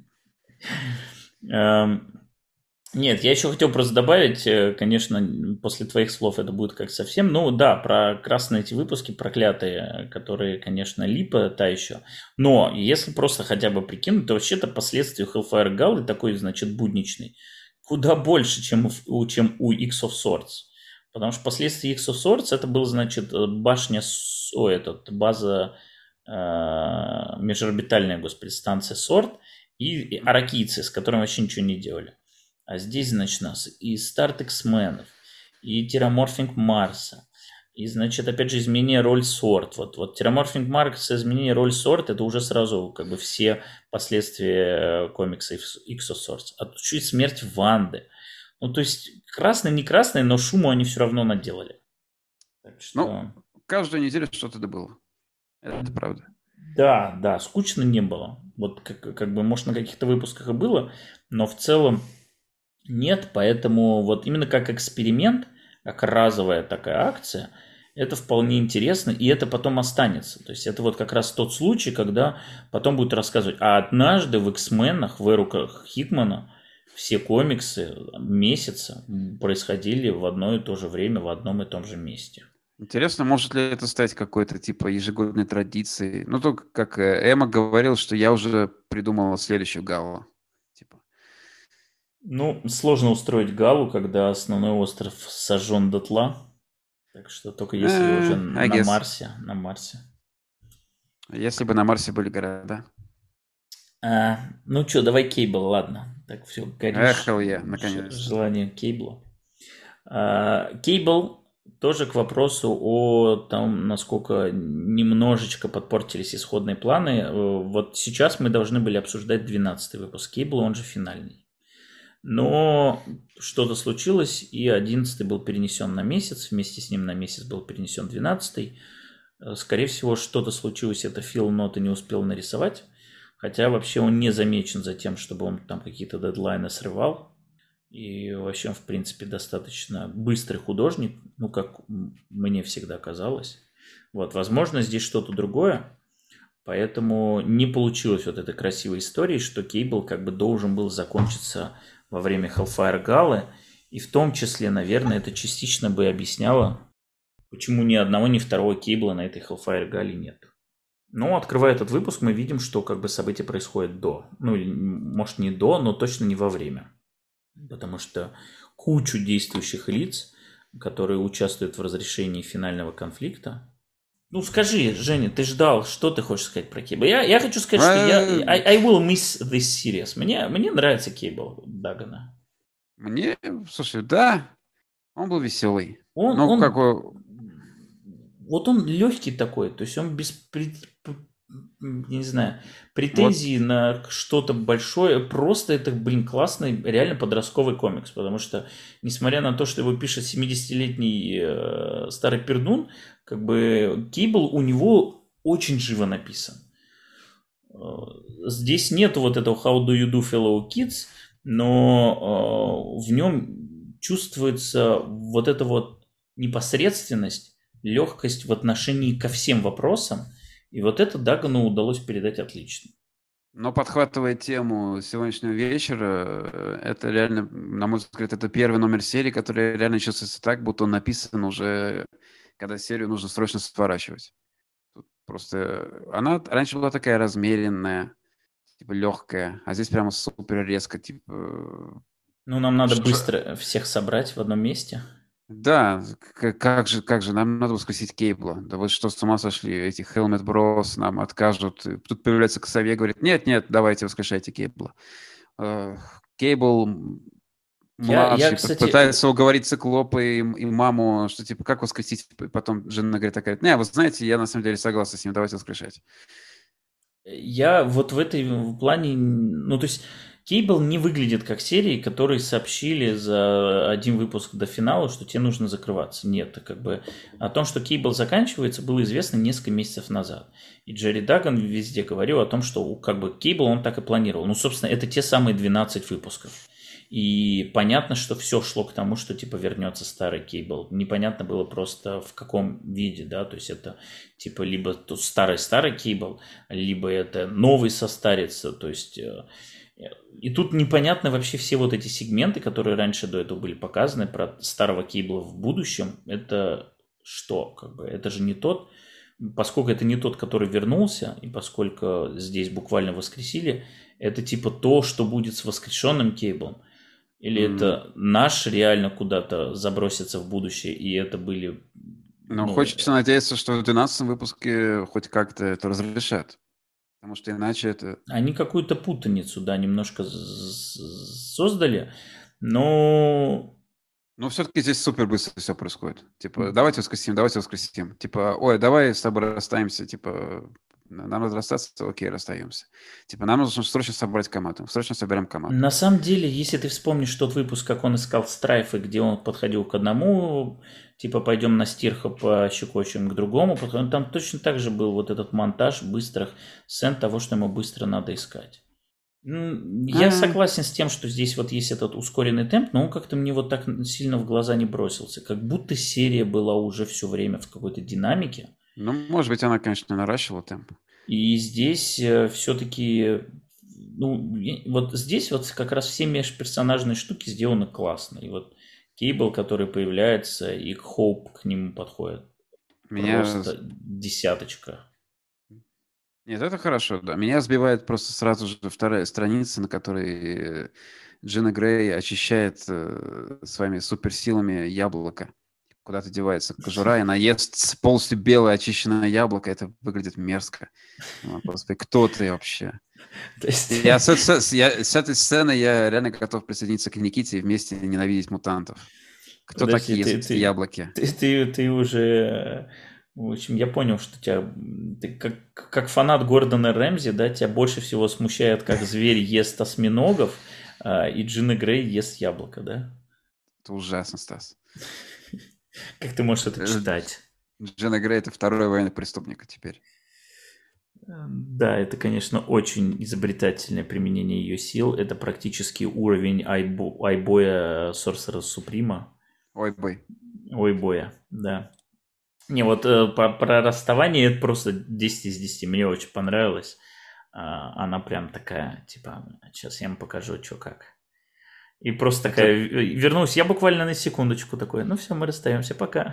Нет, я еще хотел просто добавить, конечно, после твоих слов это будет как совсем, ну да, про красные эти выпуски проклятые, которые, конечно, липа та еще, но если просто хотя бы прикинуть, то вообще-то последствия Hellfire Gala такой, значит, будничный, куда больше, чем у, чем у X of Swords, потому что последствия X of Swords это был, значит, башня, о, этот, база, э, межорбитальная, господи, станция Sword и аракийцы, с которыми вообще ничего не делали. А здесь, значит, нас и старт X-менов, и терраморфинг Марса, и, значит, опять же, изменение роль Sword. Вот, вот терраморфинг Марса, изменение роль Sword, это уже сразу как бы все последствия комикса X of Swords. А тут чуть смерть Ванды. Ну, то есть, красный, не красный, но шуму они все равно наделали. Так что... Ну, каждую неделю что-то было. Это правда. Да, да, скучно не было. Вот как, как бы, может, на каких-то выпусках и было, но в целом нет, поэтому вот именно как эксперимент, как разовая такая акция, это вполне интересно, и это потом останется. То есть это вот как раз тот случай, когда потом будут рассказывать, а однажды в X-менах, в эруках Хикмана, все комиксы месяца происходили в одно и то же время, в одном и том же месте. Интересно, может ли это стать какой-то типа ежегодной традицией? Ну, только как Эмма говорил, что я уже придумала следующую галу. Типа. Ну, сложно устроить галу, когда основной остров сожжен дотла. Так что только если uh, уже на guess. Марсе, на Марсе. Если бы на Марсе были города. А, ну что, давай Кейбл, ладно. Так все, горишь. Эх, я, наконец. Желание Кейбла. Кейбл тоже к вопросу о том, насколько немножечко подпортились исходные планы. Вот сейчас мы должны были обсуждать двенадцатый выпуск Кейбла, он же финальный. Но что-то случилось, и одиннадцатый был перенесен на месяц, вместе с ним на месяц был перенесен двенадцатый. Скорее всего, что-то случилось, это Фил Нота не успел нарисовать, хотя вообще он не замечен за тем, чтобы он там какие-то дедлайны срывал. И вообще, в принципе, достаточно быстрый художник, ну, как мне всегда казалось. Вот, возможно, здесь что-то другое, поэтому не получилось вот этой красивой истории, что Кейбл как бы должен был закончиться во время Hellfire Gala, и в том числе, наверное, это частично бы объясняло, почему ни одного, ни второго Кейбла на этой Hellfire Gala нет. Но, открывая этот выпуск, мы видим, что как бы события происходят до. Ну, может, не до, но точно не во время. Потому что кучу действующих лиц, которые участвуют в разрешении финального конфликта. Ну, скажи, Женя, ты ждал, что ты хочешь сказать про Кейбл? Я, я хочу сказать, что я I, I will miss this series. Мне, мне нравится Кейбл Дагана. Мне, слушай, да, он был веселый. Он, ну, он, какой... Вот он легкий такой, то есть он без, не знаю, претензий вот. На что-то большое. Просто это, блин, классный, реально подростковый комикс, потому что, несмотря на то, что его пишет семидесятилетний э, старый пердун, как бы Кейбл у него очень живо написан. Здесь нет вот этого How do you do, fellow kids, но э, в нем чувствуется вот эта вот непосредственность, легкость в отношении ко всем вопросам, и вот это Дагану удалось передать отлично. Но подхватывая тему сегодняшнего вечера, это реально, на мой взгляд, это первый номер серии, который реально чувствуется так, будто он написан уже, когда серию нужно срочно сворачивать. Тут просто она раньше была такая размеренная, типа легкая, а здесь прямо супер резко, типа... Ну, нам надо Что... быстро всех собрать в одном месте. Да, как же, как же, нам надо воскресить Кейбла. Да вот что, с ума сошли, эти Helmet Bros нам откажут. Тут появляется Ксавье, говорит, нет-нет, давайте воскрешайте Кейбла. Кейбл младший я, я, кстати... пытается уговорить Циклопа и, и маму, что типа, как воскресить? Потом жена говорит, такая, не, вы знаете, я на самом деле согласна с ним, давайте воскрешать. Я вот в этой плане, ну то есть Кейбл не выглядит как серии, которые сообщили за один выпуск до финала, что тебе нужно закрываться. Нет, как бы о том, что Кейбл заканчивается, было известно несколько месяцев назад. И Джерри Даган везде говорил о том, что как бы Кейбл он так и планировал. Ну, собственно, это те самые двенадцать выпусков. И понятно, что все шло к тому, что типа вернется старый Кейбл. Непонятно было просто в каком виде, да, то есть это типа либо старый-старый Кейбл, либо это новый состарится, то есть... И тут непонятно вообще все вот эти сегменты, которые раньше до этого были показаны про старого Кейбла в будущем. Это что? Как бы это же не тот, поскольку это не тот, который вернулся, и поскольку здесь буквально воскресили, это типа то, что будет с воскрешенным Кейблом. Или mm. это наш реально куда-то забросится в будущее, и это были... Ну, ну хочется надеяться, что в двенадцатом выпуске хоть как-то это разрешат. Потому что иначе это... Они какую-то путаницу, да, немножко создали, но... Но все-таки здесь супер быстро все происходит. Типа, давайте воскресим, давайте воскресим. Типа, ой, давай с тобой расстаемся. Типа, нам надо расстаться, окей, расстаемся. Типа, нам нужно срочно собрать команду. Срочно соберем команду. На самом деле, если ты вспомнишь тот выпуск, как он искал страйфы, где он подходил к одному, типа, пойдем на стирха пощекочем к другому, там точно так же был вот этот монтаж быстрых сцен того, что ему быстро надо искать. Я mm-hmm. согласен с тем, что здесь вот есть этот ускоренный темп, но он как-то мне вот так сильно в глаза не бросился. Как будто серия была уже все время в какой-то динамике. Ну, может быть, она, конечно, наращивала темп. И здесь э, все-таки, ну, вот здесь вот как раз все межперсонажные штуки сделаны классно. И вот Кейбл, который появляется, и Хоуп к нему подходит. Меня... Просто десяточка. Нет, это хорошо, да. Меня сбивает просто сразу же вторая страница, на которой Джина Грей очищает э, своими суперсилами яблоко. Куда-то девается кожура, и она ест полностью белое очищенное яблоко. Это выглядит мерзко. Господи, кто ты вообще? Есть... Я, с, с, я, с этой сцены я реально готов присоединиться к Никите и вместе ненавидеть мутантов. Кто Подожди, такие ты, есть ты, яблоки? Ты, ты, ты уже... В общем, я понял, что тебя... Ты как, как фанат Гордона Рэмзи, да, тебя больше всего смущает, как зверь ест осьминогов, а, и Джина Грей ест яблоко, да? Это ужасно, Стас. Как ты можешь это читать? Джина Грей — это второй военный преступник теперь. Да, это, конечно, очень изобретательное применение ее сил. Это практически уровень Айбоя Sorcerer Supreme. Ой-бой. Ой-боя, да. Не, вот э, по, про расставание это просто десять из десяти. Мне очень понравилось. А, она прям такая, типа, сейчас я вам покажу, что как. И просто это... такая, вернулась я буквально на секундочку такой, ну все, мы расстаемся, пока.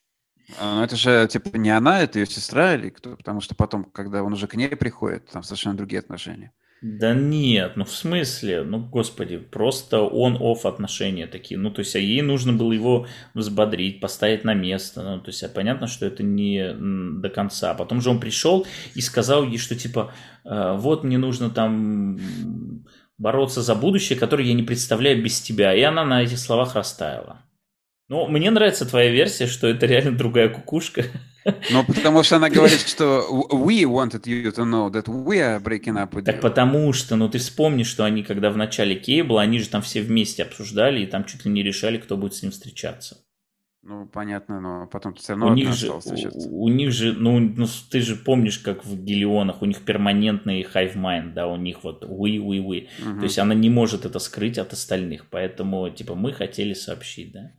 А, ну это же, типа, не она, это ее сестра или кто? Потому что потом, когда он уже к ней приходит, там совершенно другие отношения. Да нет, ну в смысле, ну господи, просто он-офф отношения такие, ну то есть а ей нужно было его взбодрить, поставить на место, ну то есть а понятно, что это не до конца. Потом же он пришел и сказал ей, что типа вот мне нужно там бороться за будущее, которое я не представляю без тебя, и она на этих словах растаяла. Ну, мне нравится твоя версия, что это реально другая кукушка. Ну, потому что она говорит, что we wanted you to know that we are breaking up with you. Так потому что, ну, ты вспомни, что они, когда в начале Кейбла, они же там все вместе обсуждали и там чуть ли не решали, кто будет с ним встречаться. Ну, понятно, но потом все равно у них же, встречаться. У, у них же, ну, ну, ты же помнишь, как в Гелионах, у них перманентный hive mind, да, у них вот we, we, we. Угу. То есть она не может это скрыть от остальных, поэтому, типа, мы хотели сообщить, да.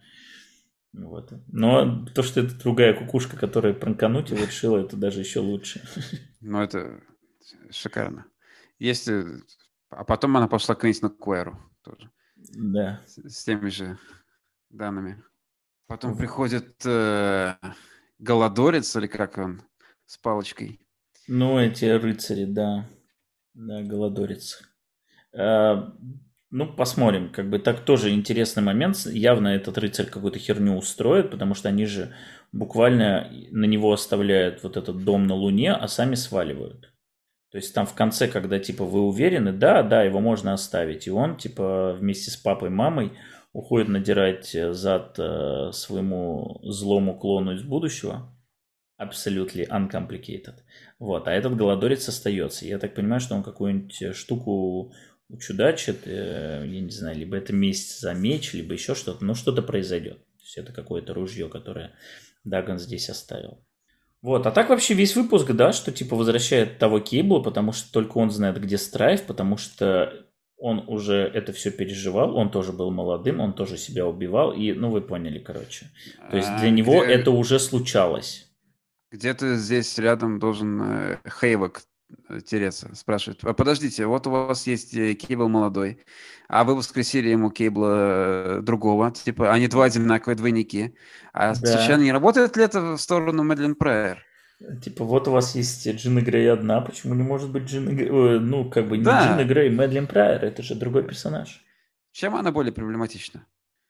Вот. Но то, что это другая кукушка, которая пранкануть его решила, это даже еще лучше. Ну, это шикарно. Если... А потом она пошла к Квентину Куэру тоже. Да. С, с теми же данными. Потом приходит э, Голодорец, или как он, с палочкой. Ну, эти рыцари, да. Да, Голодорец. А... Ну, посмотрим. Как бы так тоже интересный момент. Явно этот рыцарь какую-то херню устроит, потому что они же буквально на него оставляют вот этот дом на Луне, а сами сваливают. То есть там в конце, когда типа вы уверены, да, да, его можно оставить. И он типа вместе с папой и мамой уходит надирать зад своему злому клону из будущего. Absolutely uncomplicated. Вот, а этот голодорец остается. Я так понимаю, что он какую-нибудь штуку учудачит, э, я не знаю, либо это месть за меч, либо еще что-то, но что-то произойдет. То есть это какое-то ружье, которое Даган здесь оставил. Вот, а так вообще весь выпуск, да, что типа возвращает того Кейбла, потому что только он знает, где Страйф, потому что он уже это все переживал, он тоже был молодым, он тоже себя убивал, и, ну, вы поняли, короче. То есть для а, него где... это уже случалось. Где-то здесь рядом должен э, Хейвок тереться, спрашивает. А подождите, вот у вас есть Кейбл молодой, а вы воскресили ему Кейбла другого, типа, они два одинаковые двойники. А да. Случайно не работает ли это в сторону Мэдлин Прайер? Типа, вот у вас есть Джина Грей одна, почему не может быть Джина Грей? Ну, как бы не да. Джина Грей, Мэдлин Прайер, это же другой персонаж. Чем она более проблематична?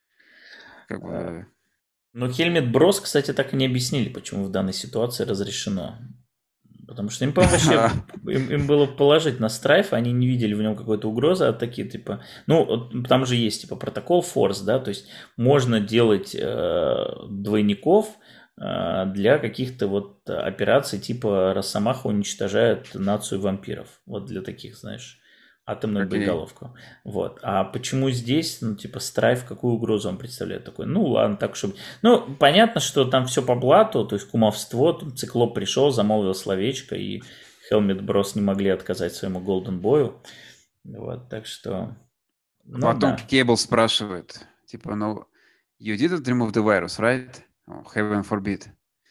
Как бы... Но Хельмет Брос, кстати, так и не объяснили, почему в данной ситуации разрешено. Потому что им, по-моему, вообще им, им было положить на Страйф, они не видели в нем какой-то угрозы, а такие, типа... Ну, там же есть, типа, протокол Форс, да, то есть можно делать э, двойников э, для каких-то вот операций, типа Росомаха уничтожает нацию вампиров. Вот для таких, знаешь... атомную okay. боеголовку. Вот. А почему здесь, ну, типа, Страйф, какую угрозу он представляет такой? Ну, ладно, так чтобы... Ну, понятно, что там все по блату, то есть кумовство, там Циклоп пришел, замолвил словечко, и Хелмет Брос не могли отказать своему Голден Бою. Вот, так что... Ну, потом да. Кейбл спрашивает, типа, ну, you didn't remove the virus, right? Oh, heaven forbid.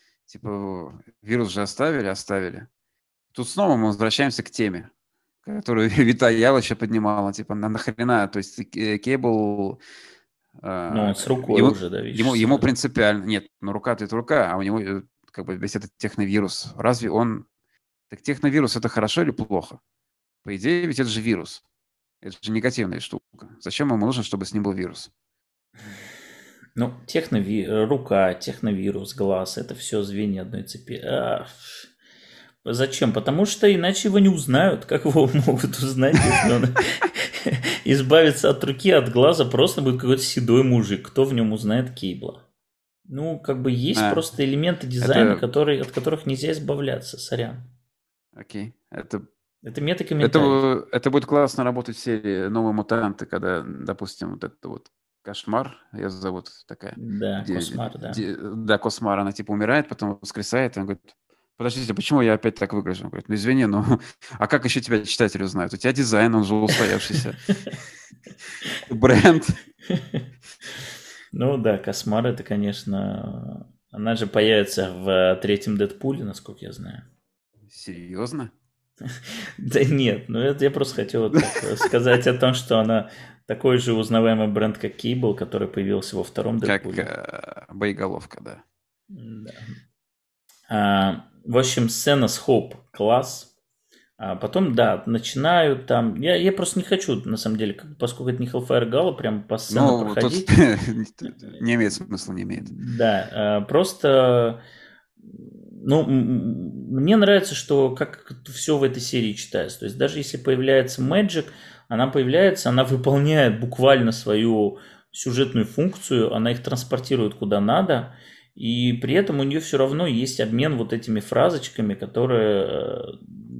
Типа, вирус же оставили? Оставили. Тут снова мы возвращаемся к теме, которую Вита Ялыча поднимала, типа, на нахрена, то есть Кейбл... Э, ну, он с рукой ему, уже, да, видишь? Ему, ему принципиально... Нет, ну, рука-то это рука, а у него, как бы, весь этот техновирус. Разве он... Так техновирус это хорошо или плохо? По идее, ведь это же вирус. Это же негативная штука. Зачем ему нужно, чтобы с ним был вирус? Ну, технови... рука, техновирус, глаз, это все звенья одной цепи. Ах... Зачем? Потому что иначе его не узнают. Как его могут узнать, если он избавится от руки, от глаза, просто будет какой-то седой мужик. Кто в нем узнает Кейбла? Ну, как бы есть а, просто элементы дизайна, это... которые, от которых нельзя избавляться. Сорян. Окей. Это... Это метакомментарий. Это, это будет классно работать в серии «Новые мутанты», когда, допустим, вот это вот Кошмар, ее зовут такая. Да, где, Кошмар, да. Где, да, Кошмар, она типа умирает, потом воскресает, и он говорит... Подождите, почему я опять так выгляжу? Он говорит, ну извини, но а как еще тебя читатели узнают? У тебя дизайн, он же устоявшийся. Бренд. Ну да, Кошмар это, конечно... Она же появится в третьем Дэдпуле, насколько я знаю. Серьезно? Да нет, ну это я просто хотел сказать о том, что она такой же узнаваемый бренд, как Кейбл, который появился во втором Дэдпуле. Как боеголовка, да. Да. А, в общем, сцена с Хоуп класс. А потом, да, начинают там... Я, я просто не хочу, на самом деле, поскольку это не Hellfire Gala, прям по сцене ну, проходить. Тут не имеет смысла, не имеет. Да, просто... Ну, мне нравится, что как все в этой серии читается. То есть даже если появляется Мэджик, она появляется, она выполняет буквально свою сюжетную функцию, она их транспортирует куда надо. И при этом у нее все равно есть обмен вот этими фразочками, которые,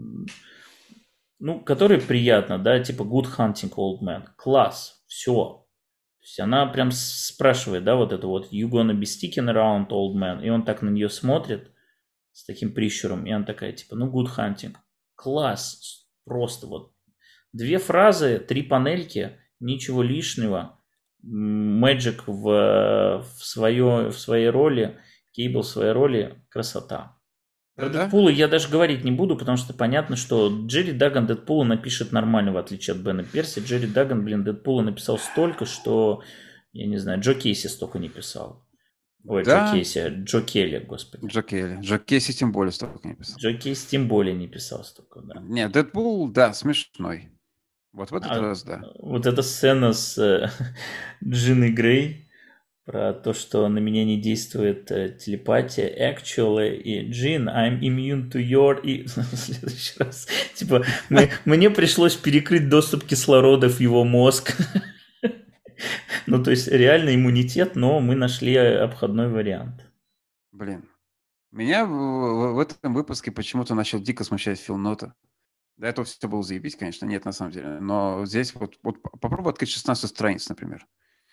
ну, которые приятно, да, типа good hunting, old man, класс, все. То есть она прям спрашивает, да, вот это вот you gonna be sticking around, old man, и он так на нее смотрит с таким прищуром, и она такая, типа, ну, good hunting, класс, просто вот. Две фразы, три панельки, ничего лишнего. Мэджик в, в, свое, в своей роли, Кейбл в своей роли, красота. Про да? Дэдпула я даже говорить не буду, потому что понятно, что Джерри Даган Дэдпула напишет нормально, в отличие от Бена Перси. Джерри Даган, блин, Дэдпула написал столько, что, я не знаю, Джо Кейси столько не писал. Ой, да? Джо Кейси, Джо Келли, господи. Джо Келли. Джо Кейси тем более столько не писал. Джо Кейси тем более не писал столько, да. Нет, Дэдпул, да, смешной. Вот в этот а, раз, да. Вот эта сцена с э, Джиной Грей про то, что на меня не действует э, телепатия, actually, и Джин, I'm immune to your... И в следующий раз, типа, мы, мне пришлось перекрыть доступ кислорода в его мозг. Ну, то есть, реально иммунитет, но мы нашли обходной вариант. Блин. Меня в, в- в этом выпуске почему-то начал дико смущать Фил Нота. До этого все было заебись, конечно, нет, на самом деле. Но здесь вот, вот попробуй открыть шестнадцать страниц, например.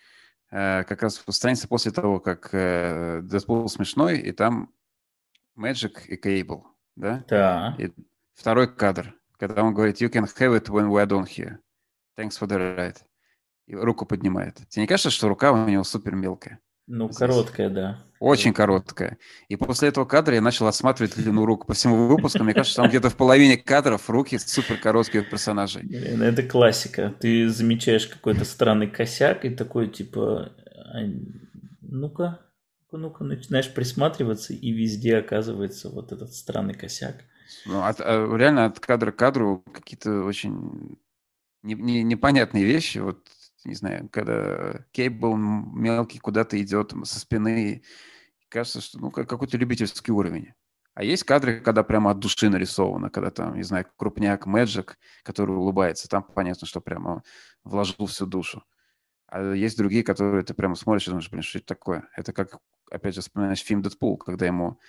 Э, как раз страница после того, как э, Дэдпул смешной, и там Magic и Cable, да? Да. И второй кадр, когда он говорит «You can have it when we're done here. Thanks for the ride». И руку поднимает. Тебе не кажется, что рука у него супер мелкая Ну, здесь? короткая, да. Очень Короткая. короткая. И после этого кадра я начал осматривать длину рук по всему выпуску. Мне кажется, там где-то в половине кадров руки супер короткие у персонажей. Блин, это классика. Ты замечаешь какой-то странный косяк и такой, типа, а, ну-ка, ну-ка, начинаешь присматриваться, и везде оказывается вот этот странный косяк. Ну, от- а, реально от кадра к кадру какие-то очень не- не- непонятные вещи. Вот, не знаю, когда Кейбл мелкий куда-то идет со спины, кажется, что ну, как- какой-то любительский уровень. А есть кадры, когда прямо от души нарисовано, когда там, не знаю, крупняк Мэджик, который улыбается, там понятно, что прямо вложил всю душу. А есть другие, которые ты прямо смотришь и думаешь, блин, что это такое? Это как, опять же, вспоминаешь фильм «Дэдпул», когда ему,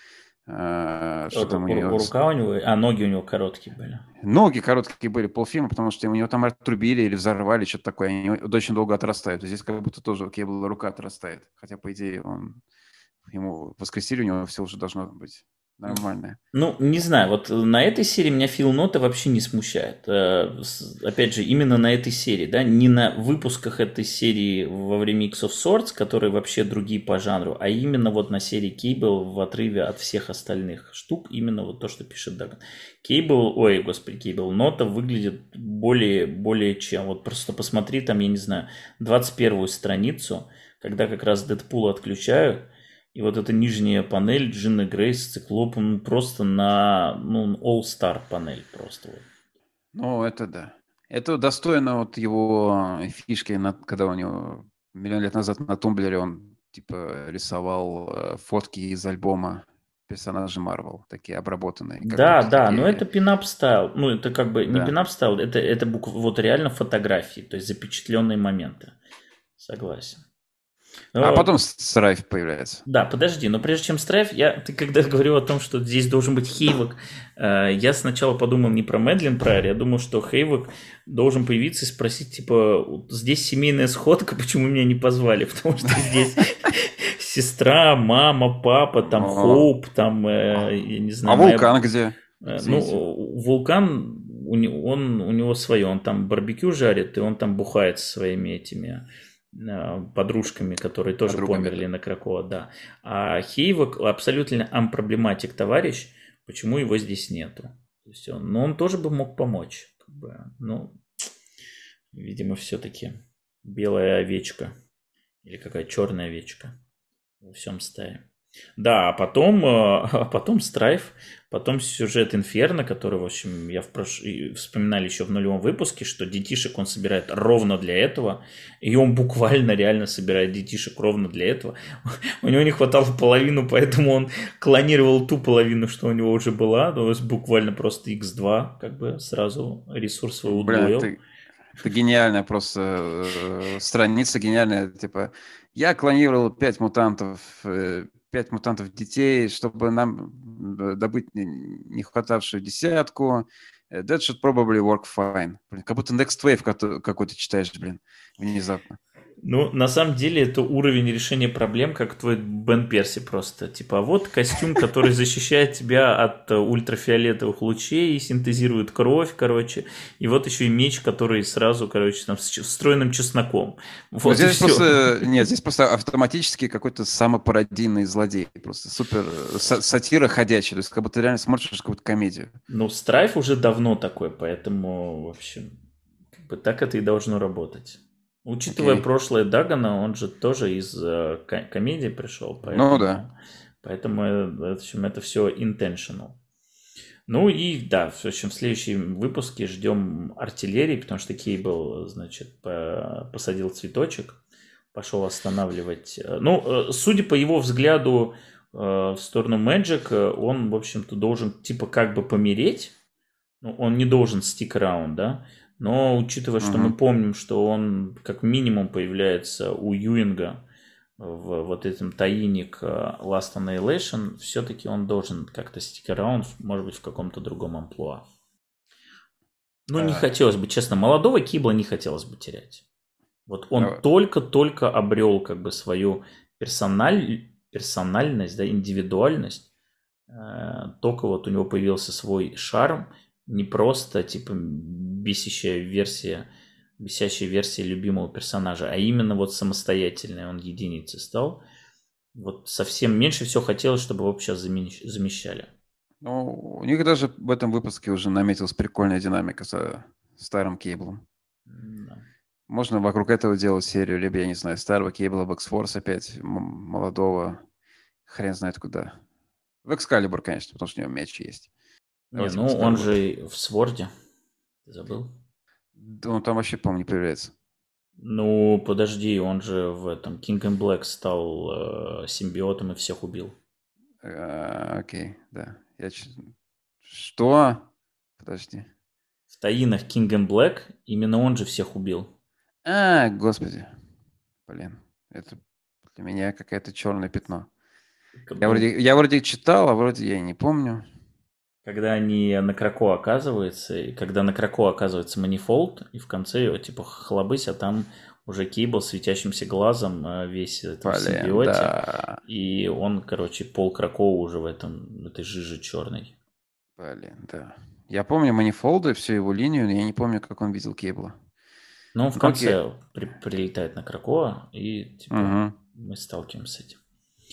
э, что там у Ру- ру- него, Рука у него, а ноги у него короткие были. ноги короткие были полфильма, потому что у него там отрубили или взорвали, что-то такое, они очень долго отрастают. Здесь как будто тоже у Кейбла рука отрастает. Хотя, по идее, он, ему воскресили, у него все уже должно быть нормальное. Ну, не знаю, вот на этой серии меня Фил Нота вообще не смущает. Э, с- Опять же, именно на этой серии, да, не на выпусках этой серии во время X of Swords, которые вообще другие по жанру, а именно вот на серии Кейбл в отрыве от всех остальных штук, именно вот то, что пишет Даган. Кейбл, ой, господи, Кейбл, Нота выглядит более, более чем, вот просто посмотри там, я не знаю, двадцать первую страницу, когда как раз Дэдпула отключают, и вот эта нижняя панель Джинны Грей с циклопом ну, просто на ну, All-Star панель просто. Вот. Ну, это да. Это достойно вот его фишки, на- когда у него миллион лет назад на Тумблере он типа рисовал э, фотки из альбома персонажей Марвел, такие обработанные, как Да, будто да, но это такие, пинап стайл. Ну, это как бы не да. пинап стайл, это, это букв, вот реально фотографии, то есть запечатленные моменты. Согласен. А Но потом Страйф появляется. да, подожди, но прежде чем Страйф, я, ты когда говорил о том, что здесь должен быть Хейвок, э, я сначала подумал не про Мэдлин Прайер, я думал, что Хейвок должен появиться и спросить, типа, вот здесь семейная сходка, почему меня не позвали? Потому что здесь сестра, мама, папа, там Но- Хоуп, там, э, я не А знаю, моя... Вулкан где? э, Извините. Ну, Вулкан, у не- он, у него свое, он там барбекю жарит, и он там бухает со своими этими э, подружками, которые тоже Подругами, померли да. на Кракова, да. А Хейвок абсолютно ампроблематик товарищ, почему его здесь нету? То есть он, но он тоже бы мог помочь. Как бы, ну, видимо, все-таки белая овечка или какая черная овечка во всем стае. Да, а потом, э, а потом Страйф, потом сюжет Инферно, который, в общем, я в прош... и вспоминали еще в нулевом выпуске, что детишек он собирает ровно для этого, и он буквально реально собирает детишек ровно для этого. У него не хватало половину, поэтому он клонировал ту половину, что у него уже была, то есть буквально просто икс два, как бы сразу ресурс свой Блин, удвоил. это, это гениальная просто э, страница, гениальная. Типа, я клонировал пять мутантов, э, пять мутантов детей, чтобы нам э, добыть не, не хватавшую десятку. Э, That should probably work fine. Блин, как будто Next Wave какой- какой-то читаешь, блин, внезапно. Ну, на самом деле, это уровень решения проблем, как твой Бен Перси просто. Типа, а вот костюм, который защищает тебя от э, ультрафиолетовых лучей и синтезирует кровь, короче. И вот еще и меч, который сразу, короче, там, с ч- встроенным чесноком. Ну, Вот и здесь все. просто, нет, здесь просто автоматически какой-то самопародийный злодей. Просто супер э, са- сатира ходячая. То есть как будто реально смотришь какую-то комедию. Ну, Страйф уже давно такой, поэтому, в общем, как бы так это и должно работать. Учитывая Окей. прошлое Дагана, он же тоже из э, ко- комедии пришел, Ну да. поэтому, поэтому э, в общем, это все intentional. Ну и да, в общем, в следующем выпуске ждем артиллерии, потому что Кейбл, значит, по- посадил цветочек, пошел останавливать. э, Ну, э, судя по его взгляду э, в сторону Мэджик, он, в общем-то, должен типа как бы помереть. Ну, он не должен stick around, да? Но учитывая, что мы Мгм. помним, что он как минимум появляется у Юинга в вот этом тайник Last Annihilation, все-таки он должен как-то stick around, может быть, в каком-то другом амплуа. Ну, не а... хотелось бы, честно, молодого Кибла не хотелось бы терять. Вот он а... только-только обрел как бы свою персональ... персональность, да, индивидуальность. Только вот у него появился свой шарм, не просто типа бесящая версия, бесящая версия любимого персонажа, а именно вот самостоятельный он единицей стал. Вот совсем меньше всего хотелось, чтобы его сейчас замещали. Ну, у них даже в этом выпуске уже наметилась прикольная динамика со старым Кейблом. Да. Можно вокруг этого делать серию, либо, я не знаю, старого Кейбла в X-Force опять, молодого, хрен знает куда. В Excalibur, конечно, потому что у него меч есть. Не, Давайте ну он же в Сворде. Ты забыл? Да он там вообще, по-моему, не появляется. Ну, подожди, он же в этом King and Black стал э, симбиотом и всех убил. А, окей, да. Я... Что? Подожди. В таинах King and Black именно он же всех убил. А, господи. Блин, это для меня какое-то черное пятно. Я, ну, вроде, я вроде читал, а вроде я и не помню. Когда они на Крако оказываются, и когда на Крако оказывается Manifold, и в конце его типа хлобысь, а там уже Кейбл светящимся глазом весь в этом симбиоте. Да. И он, короче, пол Крако уже в этом, в этой жиже черной. Блин, да. Я помню Manifold и всю его линию, но я не помню, как он видел Кейбла. Ну, он в конце при, прилетает на Крако, и типа угу. мы сталкиваемся с этим.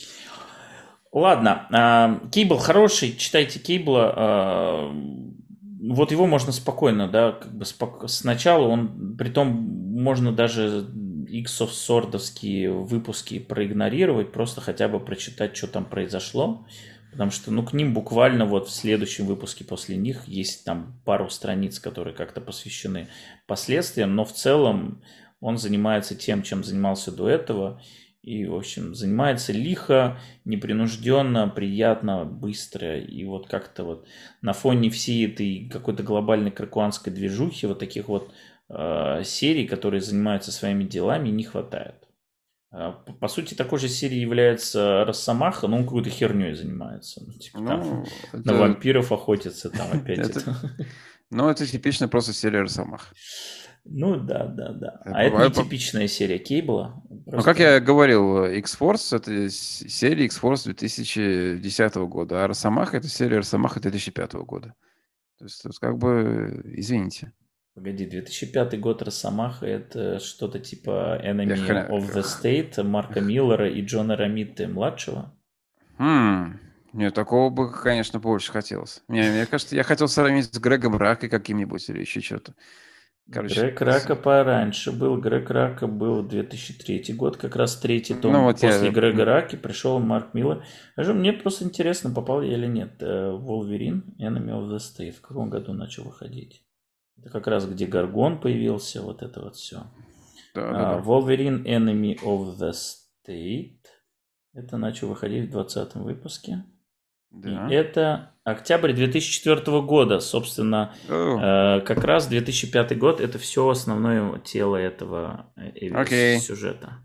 Ладно, Кейбл хороший, читайте Кейбла. Вот его можно спокойно, да, как бы спок... сначала он, притом можно даже X of Sword'овские выпуски проигнорировать, просто хотя бы прочитать, что там произошло. Потому что, ну, к ним буквально вот в следующем выпуске после них есть там пару страниц, которые как-то посвящены последствиям, но в целом он занимается тем, чем занимался до этого. И, в общем, занимается лихо, непринужденно, приятно, быстро. И вот как-то вот на фоне всей этой какой-то глобальной кракуанской движухи вот таких вот э, серий, которые занимаются своими делами, не хватает. По сути, такой же серией является Росомаха, но он какой-то херней занимается. Ну, типа, ну, там, это... на вампиров охотится, там опять это... это. Ну, это типичная просто серия Росомаха. Ну, да, да, да. А это не типичная серия Кейбла. Ну, как я говорил, X-Force — это серия X-Force две тысячи десятого года, а Росомаха — это серия Росомаха две тысячи пятого года. То есть, как бы, извините. Погоди, две тысячи пятый год Росомаха — это что-то типа Enemy хрен... of the State, Марка Миллера и Джона Ромитте-младшего? Хм, нет, такого бы, конечно, больше хотелось. Мне, мне кажется, я хотел сравнить с Грегом Ракой каким-нибудь или еще что-то. Короче, Грег Рака пораньше был. Грег Рака был две тысячи третий год, как раз третий том. Ну, вот после я... Грега Раки пришел Марк Миллер. Скажу, мне просто интересно, попал я или нет. Wolverine, Enemy of the State. В каком году начал выходить? Это как раз где Гаргон появился, вот это вот все. Да, да, да. Wolverine Enemy of the State. Это начал выходить в двадцатом выпуске. Да. И это октябрь две тысячи четвёртого года, собственно, э, как раз две тысячи пятый год. Это все основное тело этого okay. сюжета.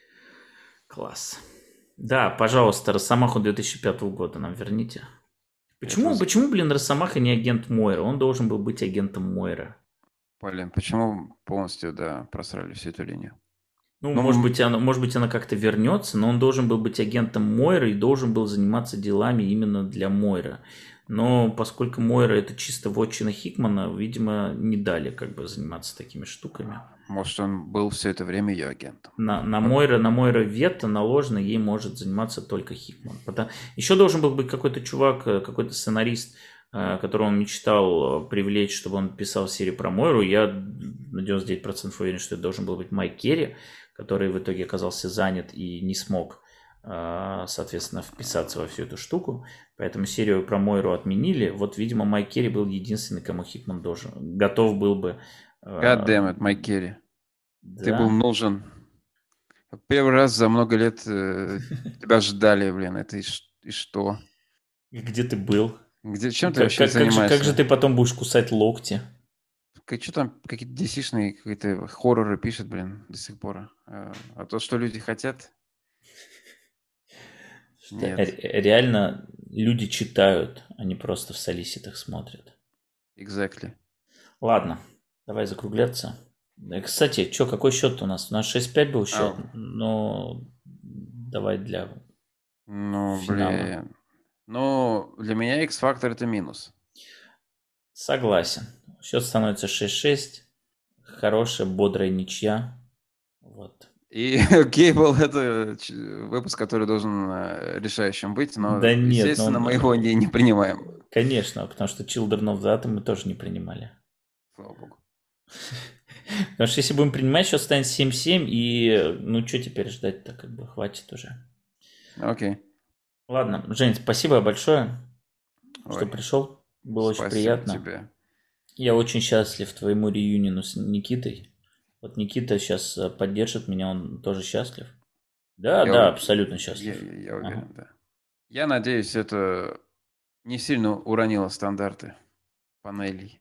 Класс. Да, пожалуйста, Росомаху две тысячи пятого года нам верните. Почему, это... почему, блин, Росомаха не агент Мойра? Он должен был быть агентом Мойра. Блин, почему полностью, да, просрали всю эту линию? Ну, ну может, быть, она, может быть, она как-то вернется, но он должен был быть агентом Мойра и должен был заниматься делами именно для Мойра. Но поскольку Мойра — это чисто вотчина Хикмана, видимо, не дали как бы заниматься такими штуками. Может, он был все это время ее агентом. На, на Мойра, на Мойра вето наложено, ей может заниматься только Хикман. Потому... Еще должен был быть какой-то чувак, какой-то сценарист, которого он мечтал привлечь, чтобы он писал серию про Мойру. Я на девяносто девять процентов уверен, что это должен был быть Майк Керри, который в итоге оказался занят и не смог, соответственно, вписаться во всю эту штуку. Поэтому серию про Мойру отменили. Вот, видимо, Майк Керри был единственный, кому Хикман должен, готов был бы... God damn it, Майк Керри. Да. Ты был нужен. Первый раз за много лет э, тебя ждали, блин. Это и, и что? Где ты был? Где, чем ты как, вообще как, занимаешься? Как же, как же ты потом будешь кусать локти? Как, что там, какие-то ди си-шные какие-то хорроры пишет, блин, до сих пор. А, а то, что люди хотят... Что ре- реально люди читают, а не просто в солиситах смотрят. Exactly. Ладно, давай закругляться. Кстати, что, какой счет у нас? У нас шесть пять был счет, А. но давай для Ну, финала. блин. Ну, для меня X-Factor это минус. Согласен. Счет становится шесть шесть. Хорошая, бодрая ничья. Вот. И Кейбл это выпуск, который должен решающим быть, но, да нет, естественно, но... мы его не, не принимаем. Конечно, потому что Children of the Atom мы тоже не принимали. Слава богу. Потому что если будем принимать, сейчас станет семь семь, и ну что теперь ждать-то, как бы хватит уже. Окей. Okay. Ладно, Жень, спасибо большое, Ой, что пришел. Было очень приятно. Тебе. Я очень счастлив твоему реюниону с Никитой. Вот Никита сейчас поддержит меня, он тоже счастлив. Да, я да, у... абсолютно счастлив. Я, я уверен, ага. Да. Я надеюсь, это не сильно уронило стандарты панелей.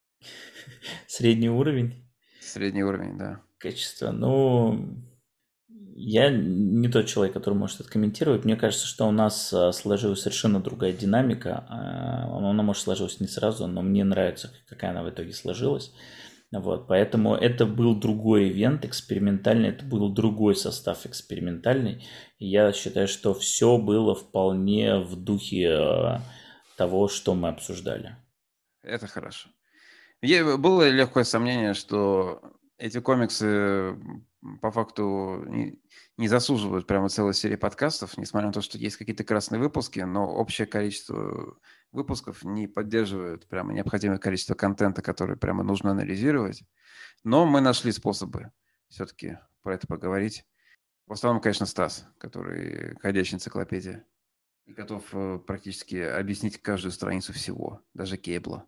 Средний уровень? Средний уровень, да. Качество. Ну, я не тот человек, который может это комментировать. Мне кажется, что у нас сложилась совершенно другая динамика. Она, может, сложилась не сразу, но мне нравится, какая она в итоге сложилась. Вот, поэтому это был другой ивент экспериментальный, это был другой состав экспериментальный. И я считаю, что все было вполне в духе того, что мы обсуждали. Это хорошо. Было легкое сомнение, что эти комиксы по факту не, не заслуживают прямо целой серии подкастов, несмотря на то, что есть какие-то красные выпуски, но общее количество выпусков не поддерживает прямо необходимое количество контента, который прямо нужно анализировать. Но мы нашли способы все-таки про это поговорить. В основном, конечно, Стас, который ходячая энциклопедия и готов практически объяснить каждую страницу всего, даже Кейбла.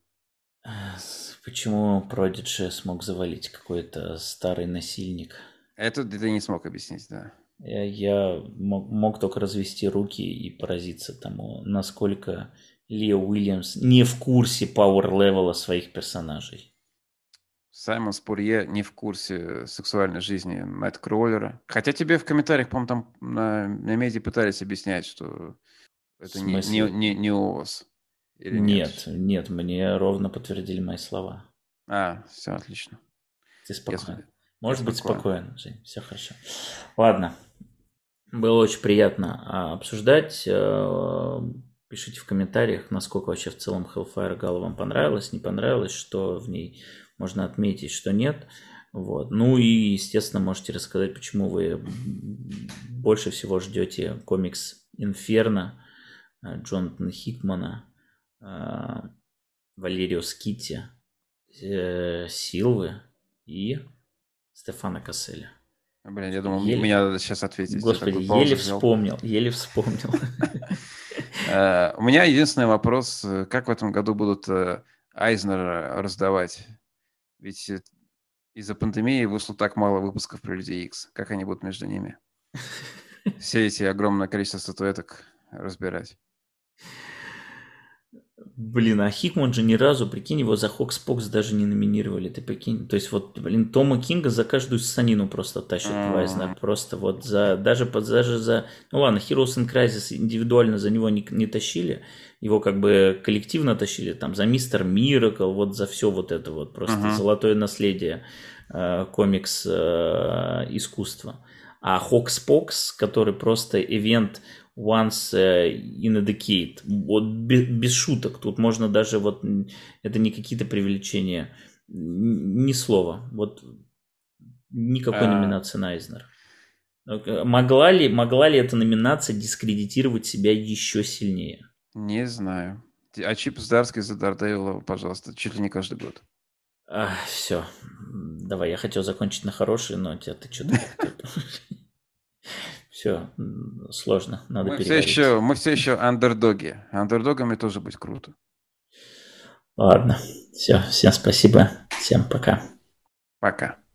Почему Продиджи смог завалить какой-то старый насильник? Это ты не смог объяснить, да. Я, я мог, мог только развести руки и поразиться тому, насколько Лео Уильямс не в курсе пауэр-левела своих персонажей. Саймон Спурье не в курсе сексуальной жизни Мэтт Кроулера. Хотя тебе в комментариях, по-моему, там на, на медиа пытались объяснять, что это не, не, не, не у вас. Или нет, нет, нет, мне ровно подтвердили мои слова. А, все отлично. Ты спокоен. Я, Может я быть спокоен. спокоен, Жень, все хорошо. Ладно, было очень приятно обсуждать. Пишите в комментариях, насколько вообще в целом Hellfire Gala вам понравилось, не понравилось, что в ней можно отметить, что нет. Вот. Ну и, естественно, можете рассказать, почему вы больше всего ждете комикс Инферно Джонатана Хикмана, Валерио Скитти, Силвы и Стефана Касселя. Блин, я думал, еле... мне надо сейчас ответить. Господи, еле вспомнил, еле вспомнил. У меня единственный вопрос, как в этом году будут Айзнер раздавать? Ведь из-за пандемии вышло так мало выпусков про Людей Икс. Как они будут между ними все эти огромное количество статуэток разбирать? Блин, а Хикман же ни разу, прикинь, его за Хокс-Покс даже не номинировали, ты прикинь. То есть вот, блин, Тома Кинга за каждую ссанину просто тащит Вайзнер. Просто вот за, даже, даже за, ну ладно, Heroes in Crisis индивидуально за него не, не тащили, его как бы коллективно тащили, там, за Мистер Миракл, вот за все вот это вот, просто uh-huh. золотое наследие э, комикс э, искусства. А Хокс-Покс, который просто ивент once in a decade. Вот без, без шуток. Тут можно даже вот... Это не какие-то преувеличения. Ни слова. Вот никакой а... номинации на Айзнер. Могла ли, могла ли эта номинация дискредитировать себя еще сильнее? Не знаю. А Чип Здарский за Дардевила, пожалуйста, чуть ли не каждый год. А, все. Давай, я хотел закончить на хорошей ноте, а ты что-то... Все, сложно, надо мы переварить. Все еще, мы все еще андердоги. Андердогами тоже быть круто. Ладно, все, всем спасибо, всем пока. Пока.